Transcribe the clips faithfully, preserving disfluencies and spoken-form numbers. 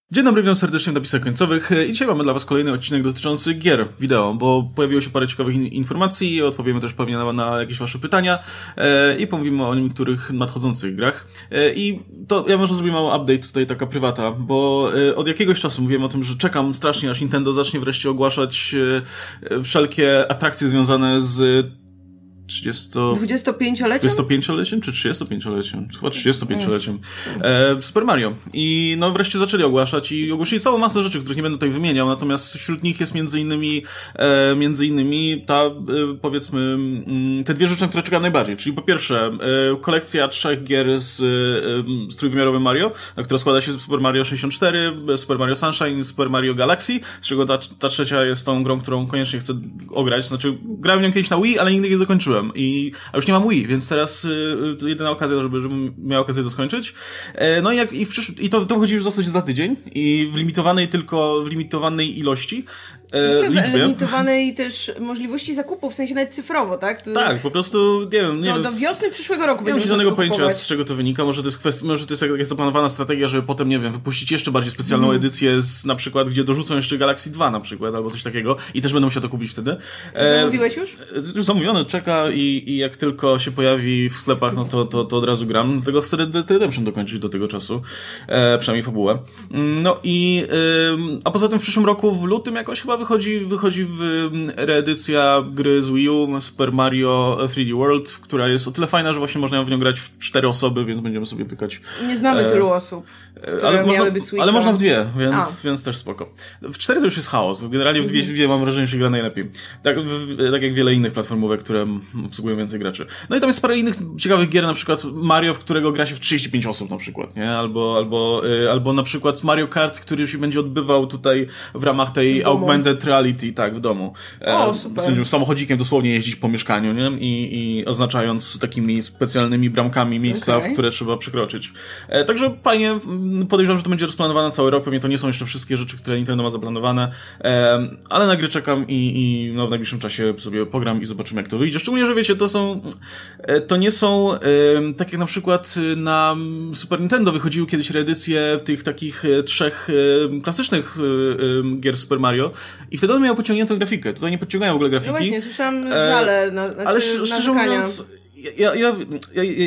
Dzień dobry, witam serdecznie w napisach końcowych i dzisiaj mamy dla was kolejny odcinek dotyczący gier wideo, bo pojawiło się parę ciekawych in- informacji, odpowiemy też pewnie na, na jakieś wasze pytania e, i pomówimy o niektórych nadchodzących grach. E, I to ja może zrobię mały update tutaj, taka prywata, bo e, od jakiegoś czasu mówiłem o tym, że czekam strasznie, aż Nintendo zacznie wreszcie ogłaszać e, wszelkie atrakcje związane z trzydziesto... dwudziestopięcioleciem? dwudziestopięcioleciem czy trzydziestopięcioleciem? Chyba trzydziestopięcioleciem. E, Super Mario. I no wreszcie zaczęli ogłaszać i ogłosili całą masę rzeczy, których nie będę tutaj wymieniał, natomiast wśród nich jest między innymi e, między innymi ta, e, powiedzmy, m, te dwie rzeczy, na które czekam najbardziej. Czyli po pierwsze, e, kolekcja trzech gier z, e, z trójwymiarowym Mario, na która składa się Super Mario sześćdziesiąt cztery, Super Mario Sunshine i Super Mario Galaxy, z czego ta, ta trzecia jest tą grą, którą koniecznie chcę ograć. Znaczy, grałem nią kiedyś na Wii, ale nigdy nie dokończyłem. I, a już nie mam Wii, więc teraz y, to jedyna okazja, żeby, żebym miał okazję to skończyć. E, no i, jak, i, w przysz- i to, to wychodzi już w zasadzie za tydzień i w limitowanej tylko, w limitowanej ilości. E, liczbie. Limitowanej też możliwości zakupu, w sensie nawet cyfrowo, tak? To, tak, po prostu, nie wiem, nie do, wiem. do wiosny przyszłego roku Nie mam będziemy żadnego pojęcia, kupować. z czego to wynika. Może to jest kwestia, może to jest jakaś zaplanowana strategia, żeby potem, nie wiem, wypuścić jeszcze bardziej specjalną mm. edycję z, na przykład, gdzie dorzucą jeszcze Galaxy dwa na przykład, albo coś takiego i też będę musiał to kupić wtedy. E, Zamówiłeś już? Już zamówione, czeka i, i jak tylko się pojawi w sklepach, no to, to, to od razu gram. Dlatego chcę Red Dead Redemption dokończyć do tego czasu. E, przynajmniej fabułę. No i, e, a poza tym w przyszłym roku, w lutym jakoś chyba wychodzi, wychodzi w reedycja gry z Wii U, Super Mario trzy D World, która jest o tyle fajna, że właśnie można w nią grać w cztery osoby, więc będziemy sobie pykać. Nie znamy e, tylu osób, które ale miałyby można, Switcha. ale można w dwie, więc, więc też spoko. W cztery to już jest chaos. Generalnie w dwie, w dwie mam wrażenie, że gra najlepiej. Tak, w, tak jak wiele innych platformówek, które obsługują więcej graczy. No i tam jest parę innych ciekawych gier, na przykład Mario, w którego gra się w trzydzieści pięć osób na przykład, nie? Albo, albo, y, albo na przykład Mario Kart, który się będzie odbywał tutaj w ramach tej augmented reality, tak, w domu. O, super. Będziemy samochodzikiem dosłownie jeździć po mieszkaniu, nie? I, i oznaczając takimi specjalnymi bramkami miejsca, okay. w które trzeba przekroczyć. E, także fajnie, podejrzewam, że to będzie rozplanowane cały rok, pewnie to nie są jeszcze wszystkie rzeczy, które Nintendo ma zaplanowane, e, ale na gry czekam i, i no, w najbliższym czasie sobie pogram i zobaczymy, jak to wyjdzie. Szczególnie, że wiecie, to są, e, to nie są, e, tak jak na przykład na Super Nintendo wychodziły kiedyś reedycje tych takich e, trzech e, klasycznych e, gier Super Mario i wtedy on miał pociągniętą grafikę. Tutaj nie podciągają w ogóle grafiki. No właśnie, słyszałam żale, na, znaczy ale sz- szczerze mówiąc, ja, ja, ja, ja,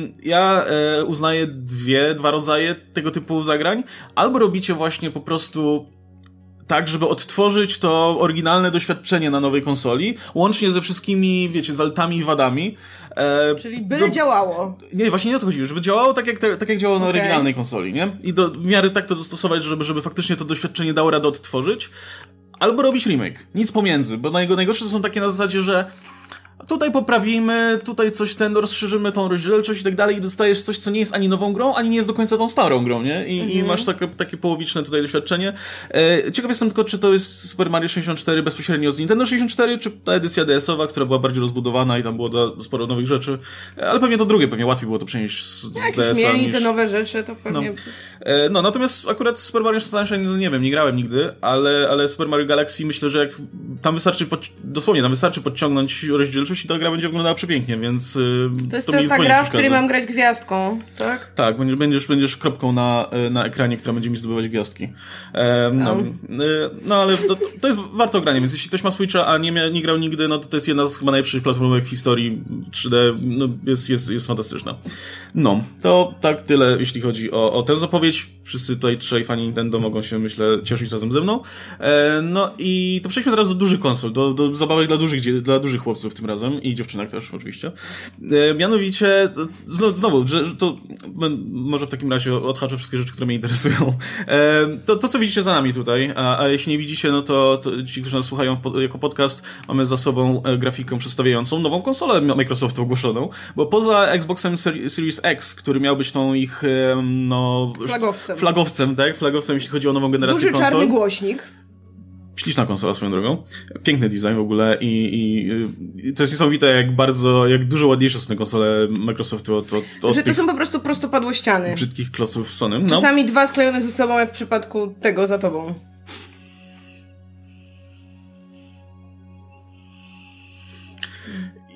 ja e, uznaję dwie, dwa rodzaje tego typu zagrań. Albo robicie właśnie po prostu tak, żeby odtworzyć to oryginalne doświadczenie na nowej konsoli, łącznie ze wszystkimi, wiecie, zaletami i wadami. E, Czyli byle do... działało. Nie, właśnie nie o to chodzi, żeby działało tak jak, te, tak jak działało okay. na oryginalnej konsoli, nie? I do w miary tak to dostosować, żeby, żeby faktycznie to doświadczenie dało radę odtworzyć. Albo robić remake. Nic pomiędzy, bo najgorsze to są takie na zasadzie, że tutaj poprawimy, tutaj coś ten, rozszerzymy tą rozdzielczość i tak dalej i dostajesz coś, co nie jest ani nową grą, ani nie jest do końca tą starą grą, nie? I, mm-hmm. i masz takie, takie połowiczne tutaj doświadczenie. E, ciekaw jestem tylko, czy to jest Super Mario sześćdziesiąt cztery bezpośrednio z Nintendo sześćdziesiąt cztery, czy ta edycja D S owa, która była bardziej rozbudowana i tam było da, sporo nowych rzeczy. E, ale pewnie to drugie, pewnie łatwiej było to przenieść z, z Jak D S a. Jak już mieli niż... te nowe rzeczy, to pewnie... No. E, no, natomiast akurat Super Mario Sunshine, no nie wiem, nie grałem nigdy, ale, ale Super Mario Galaxy myślę, że jak tam wystarczy, pod, dosłownie tam wystarczy podciągnąć rozdzielczość i ta gra będzie wyglądała przepięknie, więc to jest to ta gra, w której mam grać gwiazdką, tak? Tak, będziesz, będziesz, będziesz kropką na, na ekranie, która będzie mi zdobywać gwiazdki. E, no, um. no, ale to, to jest warto granie, więc jeśli ktoś ma Switcha, a nie, mia, nie grał nigdy, no to to jest jedna z chyba najlepszych platformówek w historii trzy D, no, jest, jest, jest fantastyczna. No, to tak tyle, jeśli chodzi o, o tę zapowiedź. Wszyscy tutaj trzej fani Nintendo mogą się, myślę, cieszyć razem ze mną. E, no i to przejdźmy teraz do dużych konsol, do, do zabawek dla dużych, dla dużych chłopców tym razem i dziewczynek też oczywiście. E, mianowicie, znowu, znowu że, że to może w takim razie odhaczę wszystkie rzeczy, które mnie interesują. E, to, to, co widzicie za nami tutaj, a, a jeśli nie widzicie, no to, to ci, którzy nas słuchają po, jako podcast, mamy za sobą grafikę przedstawiającą nową konsolę Microsoftu ogłoszoną, bo poza Xboxem Series X, który miał być tą ich, no... Flagowcem. Flagowcem, tak? Flagowcem, jeśli chodzi o nową generację Duży konsol. Duży czarny głośnik. Śliczna konsola swoją drogą. Piękny design w ogóle i, i, i to jest niesamowite, jak bardzo, jak dużo ładniejsze są te konsole Microsoftu od, od, od Że to są po prostu prostopadłościany. Brzydkich kloców Sony. No. Czasami dwa sklejone ze sobą, jak w przypadku tego za tobą.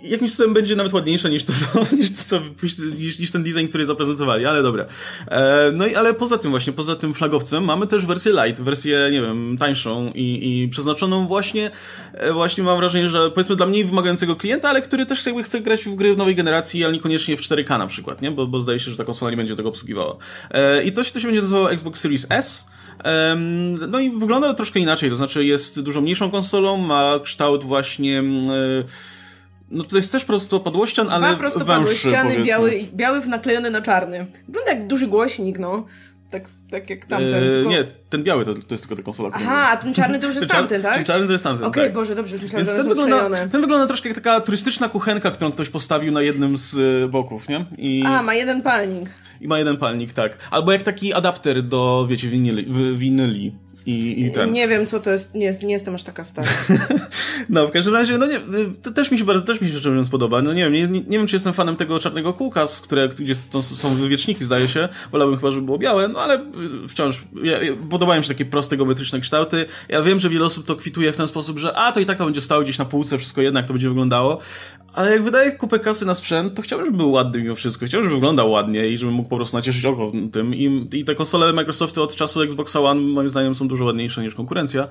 jakimś cudem będzie nawet ładniejsza niż to, co, niż, to, co, niż, niż ten design, który zaprezentowali, ale dobra. E, no i ale poza tym właśnie, poza tym flagowcem mamy też wersję light, wersję, nie wiem, tańszą i, i przeznaczoną właśnie, e, właśnie mam wrażenie, że powiedzmy dla mniej wymagającego klienta, ale który też jakby chce grać w gry w nowej generacji, ale niekoniecznie w cztery K na przykład, nie? Bo, bo zdaje się, że ta konsola nie będzie tego obsługiwała. E, I to, to się będzie nazywało Xbox Series S. No i wygląda troszkę inaczej, to znaczy jest dużo mniejszą konsolą, ma kształt właśnie... No to jest też prostopadłościan, ale węższy, prostopadłościany, biały, biały naklejony na czarny. Wygląda jak duży głośnik, no. Tak, tak jak tamten. Eee, tylko... Nie, ten biały to, to jest tylko ta konsola. Aha, a ten czarny to już jest tamten, tak? Ten czarny to jest tamten, Okej, okay, tak. Boże, dobrze, myślałem, Więc że ten one wygląda, ten wygląda troszkę jak taka turystyczna kuchenka, którą ktoś postawił na jednym z boków, nie? I... A, ma jeden palnik. I ma jeden palnik, tak. Albo jak taki adapter do, wiecie, winyli. winyli. I, i ten. Nie wiem, co to jest, nie, nie jestem aż taka stara. No, w każdym razie, no nie, to też mi się bardzo, też mi się szczerze mówiąc podoba. No nie wiem, nie, nie, nie wiem, czy jestem fanem tego czarnego kółka, z które, gdzie to są wywieczniki, zdaje się. Wolałbym chyba, żeby było białe, no ale wciąż ja, podobają mi się takie proste, geometryczne kształty. Ja wiem, że wiele osób to kwituje w ten sposób, że a, to i tak to będzie stało gdzieś na półce, wszystko jednak to będzie wyglądało. Ale jak wydaję kupę kasy na sprzęt, to chciałbym, żeby był ładny mimo wszystko. Chciałbym, żeby wyglądał ładnie i żebym mógł po prostu nacieszyć oko tym. I, i te konsole Microsoftu od czasu Xboxa One moim zdaniem są dużo ładniejsze niż konkurencja.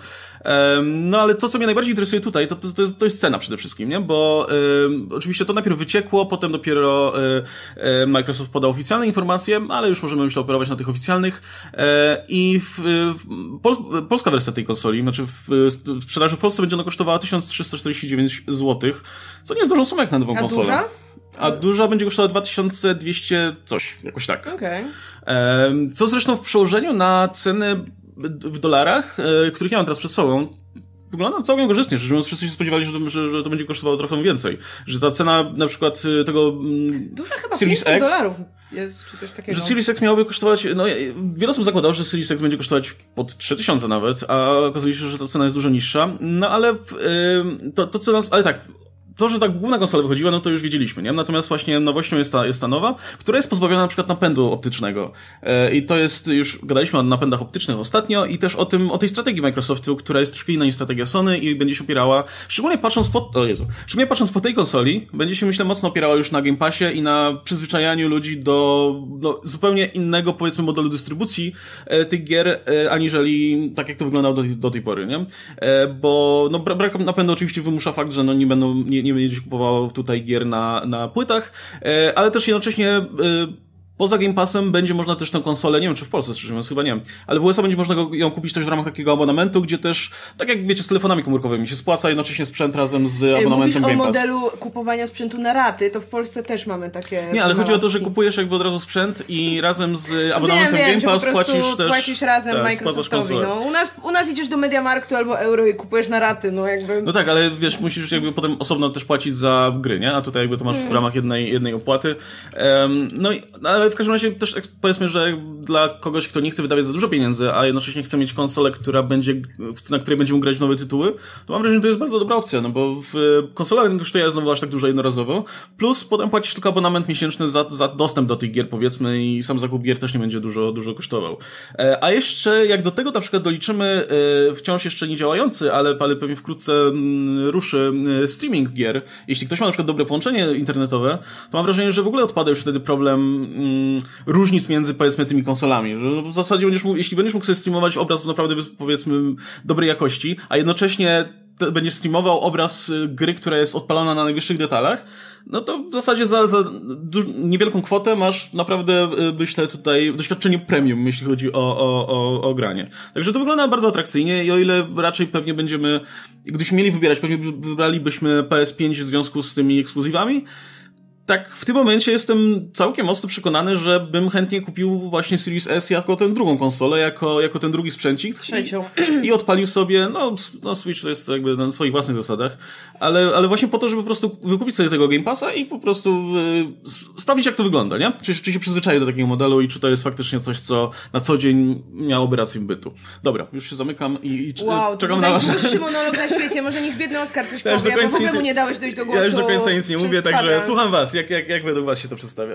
Um, no ale to, co mnie najbardziej interesuje tutaj, to, to, to, jest, to jest cena przede wszystkim, nie? Bo um, oczywiście to najpierw wyciekło, potem dopiero um, um, Microsoft podał oficjalne informacje, ale już możemy, myślę, operować na tych oficjalnych. Um, I w, w, pol, polska wersja tej konsoli, znaczy w, w sprzedaży w Polsce będzie ona kosztowała tysiąc trzysta czterdzieści dziewięć złotych, co nie jest dużą sumą jak na nową A konsolę. Duża? A duża będzie kosztowała dwa tysiące dwieście coś, jakoś tak. Okej. Okay. Co zresztą w przełożeniu na ceny w dolarach, których nie mam teraz przed sobą, wygląda całkiem korzystnie. Szczerze mówiąc, wszyscy się spodziewali, że to, że, że to będzie kosztowało trochę więcej. Że ta cena na przykład tego Duża chyba Series pięćset X dolarów jest, czy coś takiego. Że Series X miałoby kosztować, no wiele osób zakładało, że Series X będzie kosztować pod trzy tysiące nawet, a okazuje się, że ta cena jest dużo niższa. No ale yy, to, to co nas, ale tak, to, że ta główna konsola wychodziła, no to już wiedzieliśmy, nie? Natomiast właśnie nowością jest ta, jest ta nowa, która jest pozbawiona na przykład napędu optycznego. E, I to jest, już gadaliśmy o napędach optycznych ostatnio i też o tym, o tej strategii Microsoftu, która jest troszkę inna niż strategia Sony i będzie się opierała, szczególnie patrząc po, o Jezu, szczególnie patrząc po tej konsoli, będzie się, myślę, mocno opierała już na Game Passie i na przyzwyczajaniu ludzi do no, zupełnie innego, powiedzmy, modelu dystrybucji e, tych gier, e, aniżeli tak, jak to wyglądało do, do tej pory, nie? E, bo, no, brak napędu oczywiście wymusza fakt, że no nie będą, nie, nie będzie kupował tutaj gier na, na płytach, ale też jednocześnie poza Game Passem będzie można też tę konsolę, nie wiem czy w Polsce, szczerze mówiąc, chyba nie, ale w U S A będzie można ją kupić też w ramach takiego abonamentu, gdzie też, tak jak wiecie, z telefonami komórkowymi się spłaca jednocześnie sprzęt razem z abonamentem Game Pass. Mówisz o modelu kupowania sprzętu na raty, to w Polsce też mamy takie... Nie, ale chodzi o to, że kupujesz jakby od razu sprzęt i razem z abonamentem wiem, wiem, Game Pass że po płacisz też... płacisz razem tak, Microsoftowi, no. U nas, u nas idziesz do Mediamarktu albo Euro i kupujesz na raty, no jakby... No tak, ale wiesz, musisz jakby potem osobno też płacić za gry, nie? A tutaj jakby to masz w ramach jednej, jednej opłaty. Um, no i, ale w każdym razie też powiedzmy, że dla kogoś, kto nie chce wydawać za dużo pieniędzy, a jednocześnie chce mieć konsolę, która będzie, na której będzie mógł grać w nowe tytuły, to mam wrażenie, że to jest bardzo dobra opcja, no bo w konsola nie kosztuje znowu aż tak dużo jednorazowo, plus potem płacisz tylko abonament miesięczny za, za dostęp do tych gier, powiedzmy, i sam zakup gier też nie będzie dużo, dużo kosztował. A jeszcze, jak do tego na przykład doliczymy wciąż jeszcze nie działający, ale, ale pewnie wkrótce ruszy streaming gier, jeśli ktoś ma na przykład dobre połączenie internetowe, to mam wrażenie, że w ogóle odpada już wtedy problem mm, różnic między, powiedzmy, tymi konsolami. Że w zasadzie będziesz mógł, jeśli będziesz mógł sobie streamować obraz naprawdę, powiedzmy, dobrej jakości, a jednocześnie będziesz streamował obraz gry, która jest odpalona na najwyższych detalach, no to w zasadzie za, za niewielką kwotę masz naprawdę, myślę, tutaj doświadczenie premium, jeśli chodzi o, o, o, o granie. Także to wygląda bardzo atrakcyjnie i o ile raczej pewnie będziemy, gdybyśmy mieli wybierać, pewnie wybralibyśmy P S pięć w związku z tymi ekskluzywami, tak w tym momencie jestem całkiem mocno przekonany, że bym chętnie kupił właśnie Series S jako tę drugą konsolę, jako, jako ten drugi sprzęcik. Trzecią. I, i odpalił sobie, no, no Switch to jest jakby na swoich własnych zasadach, ale, ale właśnie po to, żeby po prostu wykupić sobie tego Game Passa i po prostu y, sprawdzić, jak to wygląda, nie? Czy, czy się przyzwyczaił do takiego modelu i czy to jest faktycznie coś, co na co dzień miałoby rację bytu. Dobra, już się zamykam i, i wow, czekam na wasze... Wow, to najdłuższy monolog na świecie, może niech biedny Oskar coś ja powie, bo w ogóle mu nie dałeś dojść do głosu. Ja już do końca nic nie mówię, także kwadrans. Słucham was. Jak, jak, jak według was się to przedstawia?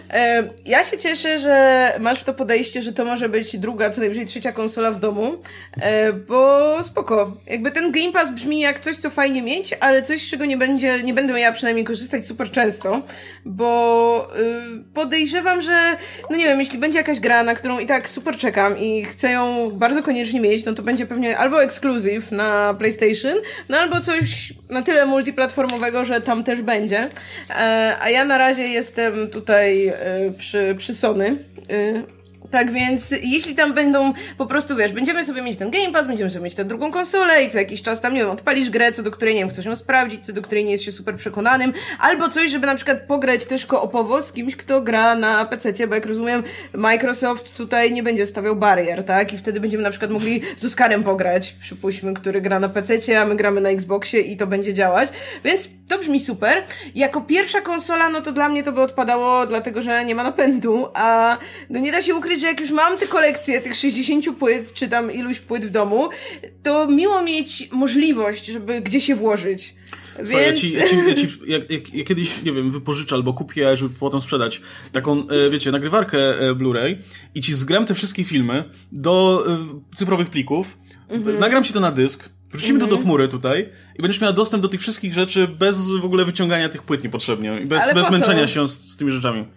E, ja się cieszę, że masz to podejście, że to może być druga, co najwyżej trzecia konsola w domu, e, bo spoko. Jakby ten Game Pass brzmi jak coś, co fajnie mieć, ale coś, z czego nie będzie, nie będę ja przynajmniej korzystać super często, bo y, podejrzewam, że no nie wiem, jeśli będzie jakaś gra, na którą i tak super czekam i chcę ją bardzo koniecznie mieć, no to będzie pewnie albo ekskluzyw na PlayStation, no albo coś na tyle multiplatformowego, że tam też będzie. E, a ja na razie jestem tutaj e, przy, przy Sony. E, tak więc, jeśli tam będą po prostu, wiesz, będziemy sobie mieć ten Game Pass, będziemy sobie mieć tę drugą konsolę i co jakiś czas tam, nie wiem, odpalisz grę, co do której, nie wiem, chcesz ją sprawdzić, co do której nie jest się super przekonanym, albo coś, żeby na przykład pograć też koopowo z kimś, kto gra na pececie, bo jak rozumiem, Microsoft tutaj nie będzie stawiał barier, tak? I wtedy będziemy na przykład mogli z Oskarem pograć, przypuśćmy, który gra na pececie, a my gramy na Xboxie i to będzie działać, więc to brzmi super. Jako pierwsza konsola, no to dla mnie to by odpadało, dlatego, że nie ma napędu, a no nie da się ukryć, że jak już mam tę kolekcję tych sześćdziesięciu płyt, czy tam iluś płyt w domu, to miło mieć możliwość, żeby gdzie się włożyć. Więc... Słuchaj, ja ci, ja ci, ja ci jak, jak, jak kiedyś, nie wiem, wypożyczę albo kupię, żeby potem sprzedać taką, e, wiecie, nagrywarkę e, Blu-ray i ci zgram te wszystkie filmy do e, cyfrowych plików, mhm. nagram ci to na dysk, wrzucimy mhm. to do chmury tutaj i będziesz miała dostęp do tych wszystkich rzeczy bez w ogóle wyciągania tych płyt niepotrzebnie i bez, bez męczenia się z, z tymi rzeczami.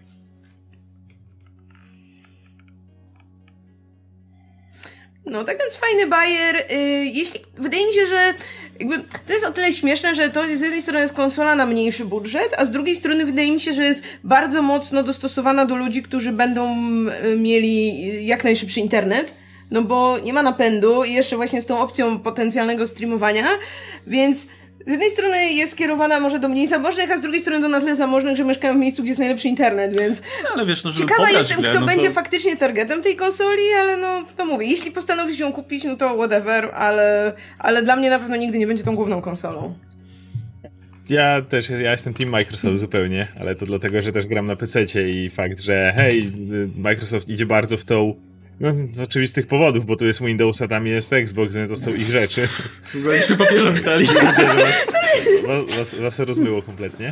No, tak więc fajny bajer. Yy, jeśli, wydaje mi się, że jakby to jest o tyle śmieszne, że to z jednej strony jest konsola na mniejszy budżet, a z drugiej strony wydaje mi się, że jest bardzo mocno dostosowana do ludzi, którzy będą mieli jak najszybszy internet. No bo nie ma napędu i jeszcze właśnie z tą opcją potencjalnego streamowania, więc z jednej strony jest skierowana może do mniej zamożnych, a z drugiej strony do na tyle zamożnych, że mieszkają w miejscu, gdzie jest najlepszy internet, więc no, ale wiesz, no, żeby ciekawa jestem, grę, kto no to... będzie faktycznie targetem tej konsoli, ale no, to mówię, jeśli postanowisz ją kupić, no to whatever, ale, ale dla mnie na pewno nigdy nie będzie tą główną konsolą. Ja też, ja jestem team Microsoft zupełnie, ale to dlatego, że też gram na pececie i fakt, że hej, Microsoft idzie bardzo w tą. No, z oczywistych powodów, bo tu jest Windows, a tam jest Xbox, więc to są ich rzeczy. Byliśmy papierze witali. was, was, was rozmyło kompletnie.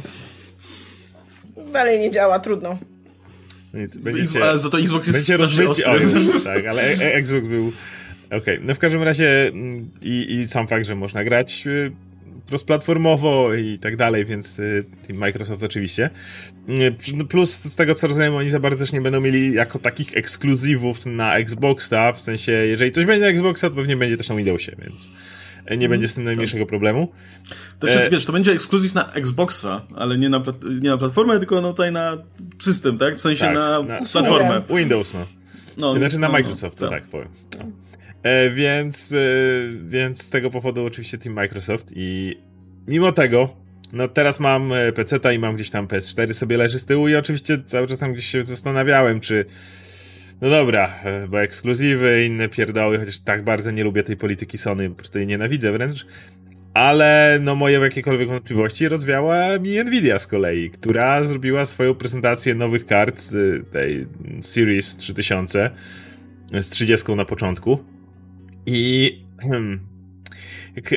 Dalej nie działa, trudno. Nic, będziecie, ale za to Xbox jest będzie rozmyci, o, tak, ale Xbox był... Okej, okay. No w każdym razie i, i sam fakt, że można grać cross-platformowo i tak dalej, więc Team Microsoft oczywiście. Plus z tego co rozumiem, oni za bardzo też nie będą mieli jako takich ekskluzywów na Xboxa, w sensie jeżeli coś będzie na Xboxa, to pewnie będzie też na Windowsie, więc nie będzie z tym najmniejszego problemu. To się, e... wiesz, to będzie ekskluzyw na Xboxa, ale nie na, nie na platformę, tylko no tutaj na system, tak? W sensie tak, na, na platformę. Windows, no. no znaczy na no, Microsoft, no, to tak, tak powiem. No. E, więc, e, więc z tego powodu oczywiście Team Microsoft i mimo tego, no teraz mam peceta i mam gdzieś tam P S cztery sobie leży z tyłu i oczywiście cały czas tam gdzieś się zastanawiałem, czy no dobra, bo ekskluzywy, inne pierdoły, chociaż tak bardzo nie lubię tej polityki Sony, po prostu jej nienawidzę wręcz, ale no moje jakiekolwiek wątpliwości rozwiała mi Nvidia z kolei, która zrobiła swoją prezentację nowych kart tej Series trzy tysiące z trzydziestką na początku. I hmm, jak,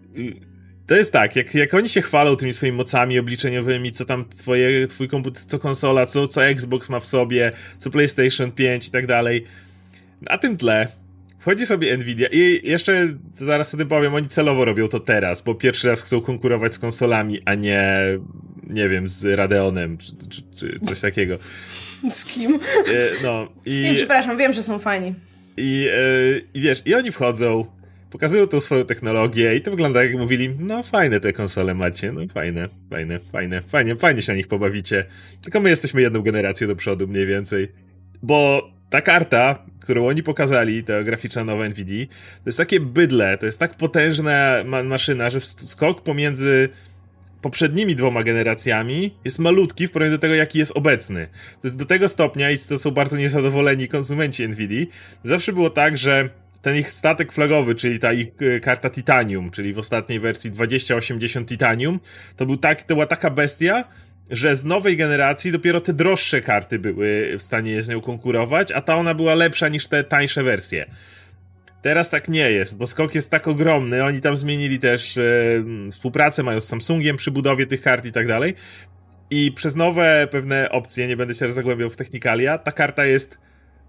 to jest tak, jak, jak oni się chwalą tymi swoimi mocami obliczeniowymi, co tam twoje, twój komputer, co konsola, co, co Xbox ma w sobie, co PlayStation pięć i tak dalej, na tym tle wchodzi sobie Nvidia i jeszcze zaraz o tym powiem, oni celowo robią to teraz, bo pierwszy raz chcą konkurować z konsolami, a nie, nie wiem, z Radeonem czy, czy, czy coś takiego. Z kim? No, i, nie, przepraszam, wiem, że są fajni. I, yy, I wiesz, i oni wchodzą, pokazują tą swoją technologię i to wygląda jak mówili, no fajne te konsole macie, no fajne, fajne, fajne, fajnie, fajnie się na nich pobawicie. Tylko my jesteśmy jedną generację do przodu mniej więcej. Bo ta karta, którą oni pokazali, ta graficzna nowa Nvidia, to jest takie bydle, to jest tak potężna ma- maszyna, że skok pomiędzy poprzednimi dwoma generacjami jest malutki w porównaniu do tego, jaki jest obecny. To jest do tego stopnia, i to są bardzo niezadowoleni konsumenci Nvidia, zawsze było tak, że ten ich statek flagowy, czyli ta ich karta Titanium, czyli w ostatniej wersji dwadzieścia osiemdziesiąt Titanium, to, był tak, to była taka bestia, że z nowej generacji dopiero te droższe karty były w stanie z nią konkurować, a ta ona była lepsza niż te tańsze wersje. Teraz tak nie jest, bo skok jest tak ogromny, oni tam zmienili też e, współpracę, mają z Samsungiem przy budowie tych kart i tak dalej. i przez nowe pewne opcje, nie będę się zagłębiał w technikalia, ta karta jest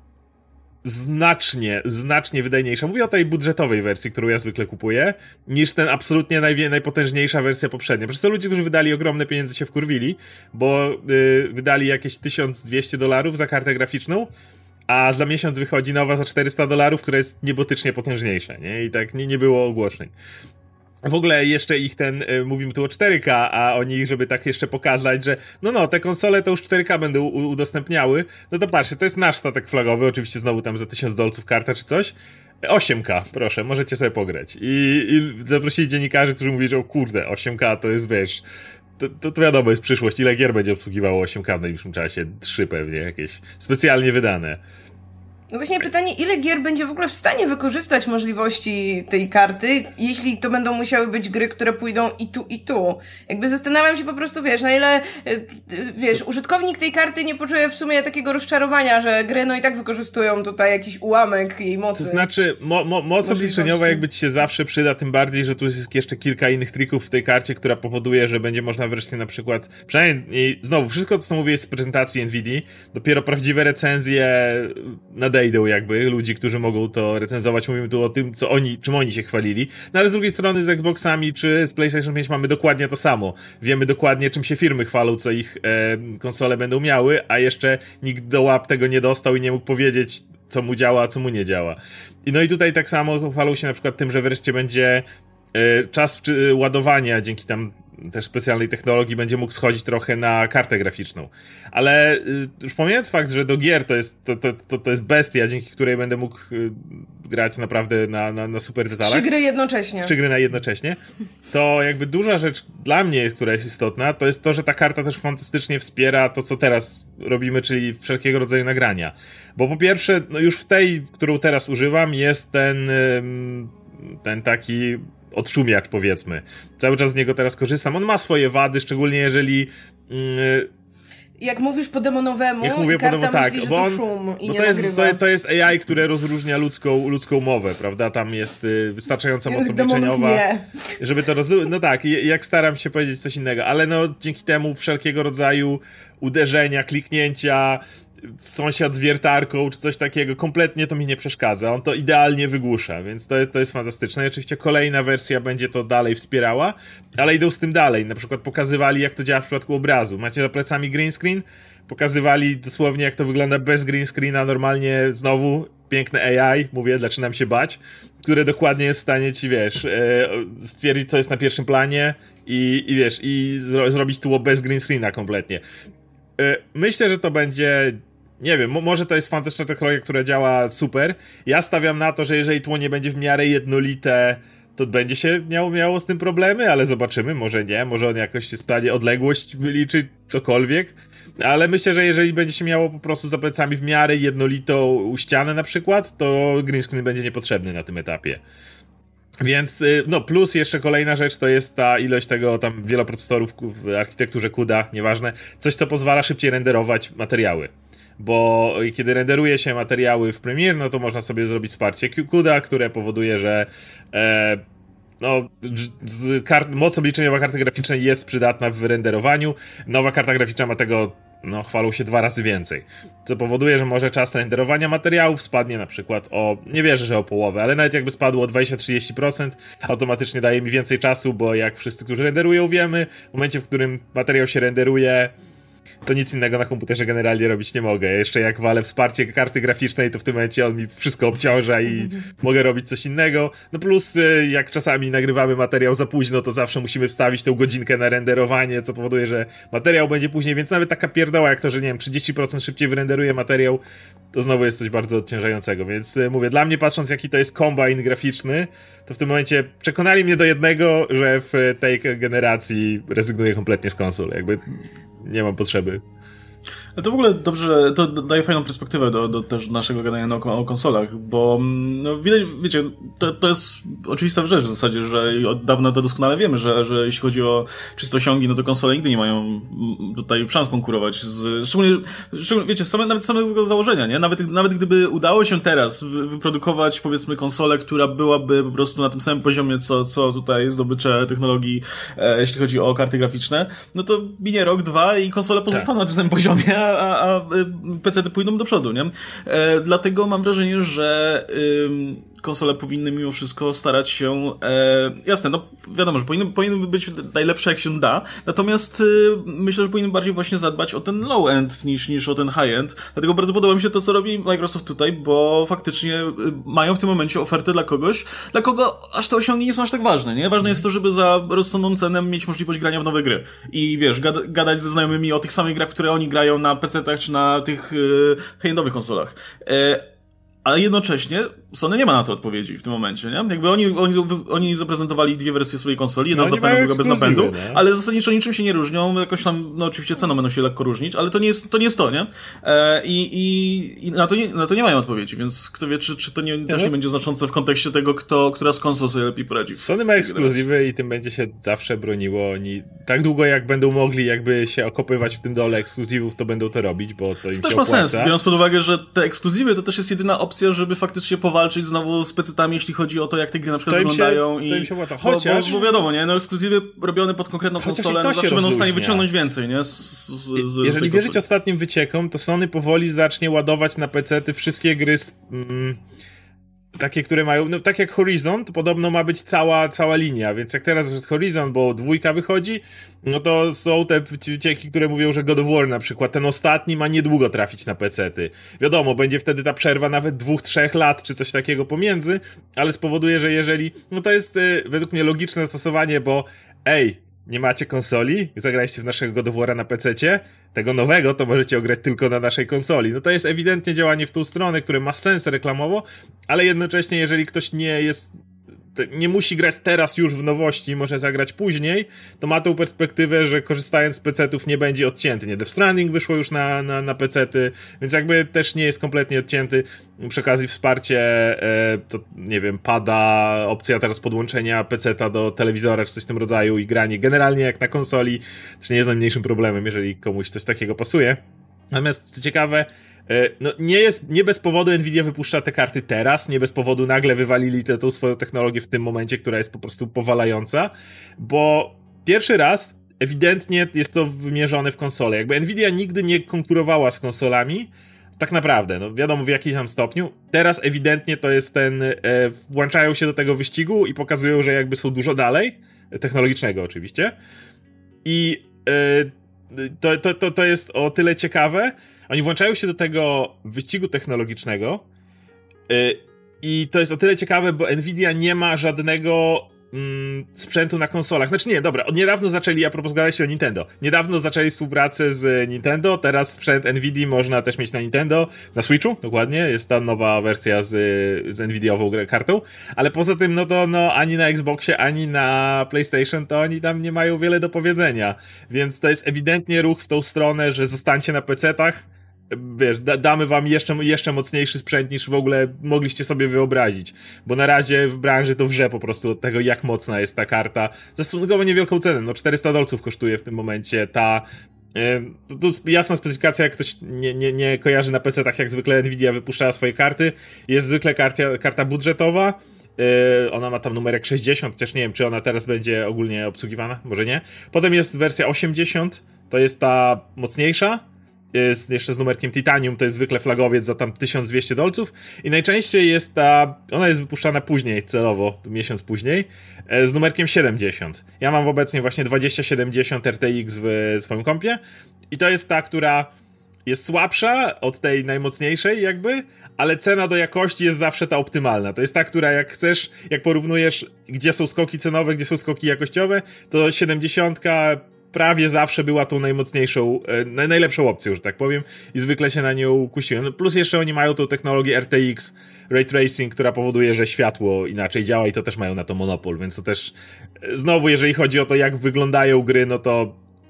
znacznie, znacznie wydajniejsza. Mówię o tej budżetowej wersji, którą ja zwykle kupuję, niż ten absolutnie najwie, najpotężniejsza wersja poprzednia. Przez to ludzie, którzy wydali ogromne pieniądze, się wkurwili, bo yy, wydali jakieś tysiąc dwieście dolarów za kartę graficzną, a za miesiąc wychodzi nowa za czterysta dolarów, która jest niebotycznie potężniejsza, nie? I tak nie, nie było ogłoszeń. W ogóle jeszcze ich ten, y, mówimy tu o cztery K, a oni, żeby tak jeszcze pokazać, że no no, te konsole to już cztery K będą u- udostępniały, no to patrzcie, to jest nasz statek flagowy, oczywiście znowu tam za tysiąc dolców karta czy coś, osiem K, proszę, możecie sobie pograć. I, i zaprosili dziennikarzy, którzy mówili, że o kurde, osiem K to jest, wiesz, to, to, to wiadomo, jest przyszłość, ile gier będzie obsługiwało osiem K w najbliższym czasie, trzy pewnie, jakieś specjalnie wydane. No właśnie pytanie, ile gier będzie w ogóle w stanie wykorzystać możliwości tej karty, jeśli to będą musiały być gry, które pójdą i tu, i tu. Jakby zastanawiam się po prostu, wiesz, na ile, wiesz, użytkownik tej karty nie poczuje w sumie takiego rozczarowania, że gry no i tak wykorzystują tutaj jakiś ułamek jej mocy. To znaczy, mo, mo, moc obliczeniowa jakby ci się zawsze przyda, tym bardziej, że tu jest jeszcze kilka innych trików w tej karcie, która powoduje, że będzie można wreszcie na przykład, przynajmniej, znowu, wszystko to co mówię jest z prezentacji Nvidii, dopiero prawdziwe recenzje nadejdą jakby, ludzi, którzy mogą to recenzować, mówimy tu o tym, co oni, czym oni się chwalili, no ale z drugiej strony z Xboxami czy z PlayStation pięć mamy dokładnie to samo. Wiemy dokładnie, czym się firmy chwalą, co ich e, konsole będą miały, a jeszcze nikt do łap tego nie dostał i nie mógł powiedzieć, co mu działa, a co mu nie działa. I no i tutaj tak samo chwalą się na przykład tym, że wreszcie będzie e, czas wczy- ładowania dzięki tam też specjalnej technologii będzie mógł schodzić trochę na kartę graficzną. Ale y, już pomijając fakt, że do gier to jest, to, to, to, to jest bestia, dzięki której będę mógł y, grać naprawdę na, na, na super detalach. Trzy gry jednocześnie. Trzy gry na jednocześnie. To jakby duża rzecz dla mnie, która jest istotna, to jest to, że ta karta też fantastycznie wspiera to, co teraz robimy, czyli wszelkiego rodzaju nagrania. Bo po pierwsze, no już w tej, którą teraz używam, jest ten, y, ten taki odszumiacz, powiedzmy. Cały czas z niego teraz korzystam. On ma swoje wady, szczególnie jeżeli... Yy, jak mówisz po demonowemu, jak mówię i karta po demo, tak, myśli, że bo to on, szum i bo nie to jest, nagrywa. to, to jest A I, które rozróżnia ludzką, ludzką mowę, prawda? Tam jest y, wystarczająca moc obliczeniowa, nie. żeby to roz... No tak, jak staram się powiedzieć coś innego, ale no dzięki temu wszelkiego rodzaju uderzenia, kliknięcia, sąsiad z wiertarką, czy coś takiego, kompletnie to mi nie przeszkadza. On to idealnie wygłusza, więc to jest, to jest fantastyczne. I oczywiście kolejna wersja będzie to dalej wspierała, ale idą z tym dalej. Na przykład pokazywali, jak to działa w przypadku obrazu. Macie za plecami green screen? Pokazywali dosłownie, jak to wygląda bez green screena. Normalnie znowu piękne A I, mówię, zaczynam się bać, które dokładnie jest w stanie ci, wiesz, stwierdzić, co jest na pierwszym planie i, i wiesz, i zro- zrobić tło bez green screena kompletnie. Myślę, że to będzie... Nie wiem, może to jest fantastyczna technologia, która działa super. Ja stawiam na to, że jeżeli tło nie będzie w miarę jednolite, to będzie się miało, miało z tym problemy, ale zobaczymy, może nie, może on jakoś w stanie odległość wyliczyć, cokolwiek. Ale myślę, że jeżeli będzie się miało po prostu za plecami w miarę jednolitą ścianę na przykład, to green screen będzie niepotrzebny na tym etapie. Więc, no plus jeszcze kolejna rzecz to jest ta ilość tego tam wieloprocesorów w architekturze CUDA, nieważne, coś co pozwala szybciej renderować materiały. Bo kiedy renderuje się materiały w Premiere, no to można sobie zrobić wsparcie CUDA, które powoduje, że e, no, z kart, moc obliczeniowa karty graficznej jest przydatna w renderowaniu. Nowa karta graficzna ma tego, no chwalą się dwa razy więcej. Co powoduje, że może czas renderowania materiałów spadnie na przykład o, nie wierzę, że o połowę, ale nawet jakby spadło o dwadzieścia do trzydziestu procent, automatycznie daje mi więcej czasu, bo jak wszyscy, którzy renderują, wiemy, w momencie, w którym materiał się renderuje, to nic innego na komputerze generalnie robić nie mogę. Jeszcze jak walę wsparcie karty graficznej, to w tym momencie on mi wszystko obciąża i mogę robić coś innego. No plus jak czasami nagrywamy materiał za późno, to zawsze musimy wstawić tę godzinkę na renderowanie, co powoduje, że materiał będzie później, więc nawet taka pierdoła jak to, że nie wiem, trzydzieści procent szybciej wyrenderuje materiał, to znowu jest coś bardzo odciążającego. Więc mówię, dla mnie patrząc jaki to jest kombajn graficzny, to w tym momencie przekonali mnie do jednego, że w tej generacji rezygnuję kompletnie z konsol. Jakby nie mam potrzeby. To w ogóle dobrze, to daje fajną perspektywę do, do też naszego gadania o, o konsolach, bo no, widać, wiecie, to, to jest oczywista rzecz w zasadzie, że od dawna to doskonale wiemy, że, że jeśli chodzi o czyste osiągi, no to konsole nigdy nie mają tutaj szans konkurować z, szczególnie, szczególnie wiecie, same, nawet z samego założenia, nie? Nawet, nawet gdyby udało się teraz wyprodukować, powiedzmy, konsolę, która byłaby po prostu na tym samym poziomie, co, co tutaj zdobycze technologii, e, jeśli chodzi o karty graficzne, no to minie rok, dwa i konsole pozostaną tak na tym samym poziomie, a, a, a pecety pójdą do przodu, nie? E, dlatego mam wrażenie, że ym, konsole powinny mimo wszystko starać się, e, jasne, no wiadomo, że powinny, powinny być najlepsze jak się da, natomiast y, myślę, że powinny bardziej właśnie zadbać o ten low-end niż, niż o ten high-end, dlatego bardzo podoba mi się to, co robi Microsoft tutaj, bo faktycznie y, mają w tym momencie ofertę dla kogoś, dla kogo aż te osiągi nie są aż tak ważne, nie? Ważne jest to, żeby za rozsądną cenę mieć możliwość grania w nowe gry i wiesz, gada, gadać ze znajomymi o tych samych grach, które oni grają na pecetach czy na tych y, high-endowych konsolach. E, A jednocześnie Sony nie ma na to odpowiedzi w tym momencie, nie? Jakby oni, oni, oni zaprezentowali dwie wersje swojej konsoli, jedna no, z napędu, druga bez napędu, nie? Ale zasadniczo niczym się nie różnią, jakoś tam, no oczywiście ceną będą się lekko różnić, ale to nie jest to, nie, jest to nie? E, I i, i na, to nie, na to nie mają odpowiedzi, więc kto wie, czy, czy to nie, też nie będzie znaczące w kontekście tego, kto, która z konsol sobie lepiej poradzi. Sony ma ekskluzywy i tym będzie się zawsze broniło. Oni tak długo jak będą mogli jakby się okopywać w tym dole ekskluzywów, to będą to robić, bo to, to im się też opłaca. ma sens, biorąc pod uwagę, że te ekskluzywy to też jest jedyna opcja, żeby faktycznie powalczyć znowu z pecetami, jeśli chodzi o to, jak te gry na przykład to wyglądają. Się, i... To im się opłaca. Chociaż... Bo, bo, bo wiadomo, nie? No ekskluzywy robione pod konkretną konsolę no zawsze będą w stanie wyciągnąć więcej, nie? Z, z, z, Jeżeli z wierzyć ostatnim wyciekom, to Sony powoli zacznie ładować na pecety wszystkie gry z... Mm, takie, które mają, no tak jak Horizon, to podobno ma być cała, cała linia, więc jak teraz jest Horizon, bo dwójka wychodzi, no to są te wycieki, które mówią, że God of War na przykład, ten ostatni ma niedługo trafić na pecety. Wiadomo, będzie wtedy ta przerwa nawet dwóch, trzech lat, czy coś takiego pomiędzy, ale spowoduje, że jeżeli, no to jest y, według mnie logiczne zastosowanie, bo ej, nie macie konsoli? Zagraliście w naszego God of War'a na pececie? Tego nowego to możecie ograć tylko na naszej konsoli. No to jest ewidentnie działanie w tą stronę, które ma sens reklamowo, ale jednocześnie jeżeli ktoś nie jest... nie musi grać teraz już w nowości, może zagrać później, to ma tą perspektywę, że korzystając z pecetów nie będzie odcięty. Nie, Death Stranding wyszło już na, na, na pecety, więc jakby też nie jest kompletnie odcięty. Przy okazji wsparcie, e, to nie wiem, pada opcja teraz podłączenia peceta do telewizora, czy coś w tym rodzaju i granie generalnie jak na konsoli, też nie jest najmniejszym problemem, jeżeli komuś coś takiego pasuje. Natomiast co ciekawe, no nie jest, nie bez powodu Nvidia wypuszcza te karty teraz, nie bez powodu nagle wywalili tę tą swoją technologię w tym momencie, która jest po prostu powalająca, bo pierwszy raz ewidentnie jest to wymierzone w konsolę. Jakby Nvidia nigdy nie konkurowała z konsolami, tak naprawdę, no wiadomo w jakimś tam stopniu. Teraz ewidentnie to jest ten, e, włączają się do tego wyścigu i pokazują, że jakby są dużo dalej, technologicznego oczywiście. I e, to, to, to, to jest o tyle ciekawe. Oni włączają się do tego wyścigu technologicznego yy, i to jest o tyle ciekawe, bo Nvidia nie ma żadnego mm, sprzętu na konsolach. Znaczy nie, dobra, od niedawno zaczęli, a propos gadaliście o Nintendo, niedawno zaczęli współpracę z Nintendo, teraz sprzęt Nvidii można też mieć na Nintendo, na Switchu, dokładnie, jest ta nowa wersja z, z Nvidiową kartą, ale poza tym, no to no, ani na Xboxie, ani na PlayStation to oni tam nie mają wiele do powiedzenia, więc to jest ewidentnie ruch w tą stronę, że zostańcie na pecetach, wiesz, da, damy wam jeszcze, jeszcze mocniejszy sprzęt niż w ogóle mogliście sobie wyobrazić, bo na razie w branży to wrze po prostu od tego, jak mocna jest ta karta, za stosunkowo niewielką cenę, no czterysta dolców kosztuje w tym momencie ta, yy, tu jasna specyfikacja, jak ktoś nie, nie, nie kojarzy na pecetach, jak zwykle Nvidia wypuszczała swoje karty, jest zwykle karta, karta budżetowa, Yy, ona ma tam numerek sześćdziesiąt, chociaż nie wiem, czy ona teraz będzie ogólnie obsługiwana, może nie. Potem jest wersja osiemdziesiąt, to jest ta mocniejsza, jest jeszcze z numerkiem Titanium, to jest zwykle flagowiec za tam tysiąc dwieście dolców i najczęściej jest ta, ona jest wypuszczana później, celowo, miesiąc później, z numerkiem siedemdziesiąt. Ja mam obecnie właśnie dwadzieścia siedemdziesiąt R T X w swoim kompie i to jest ta, która jest słabsza od tej najmocniejszej jakby, ale cena do jakości jest zawsze ta optymalna. To jest ta, która jak chcesz, jak porównujesz, gdzie są skoki cenowe, gdzie są skoki jakościowe, to siedemdziesiątka prawie zawsze była tą najmocniejszą, e, najlepszą opcją, że tak powiem, i zwykle się na nią kusiłem. No plus jeszcze oni mają tą technologię R T X, Ray Tracing, która powoduje, że światło inaczej działa i to też mają na to monopol, więc to też, e, znowu jeżeli chodzi o to, jak wyglądają gry, no to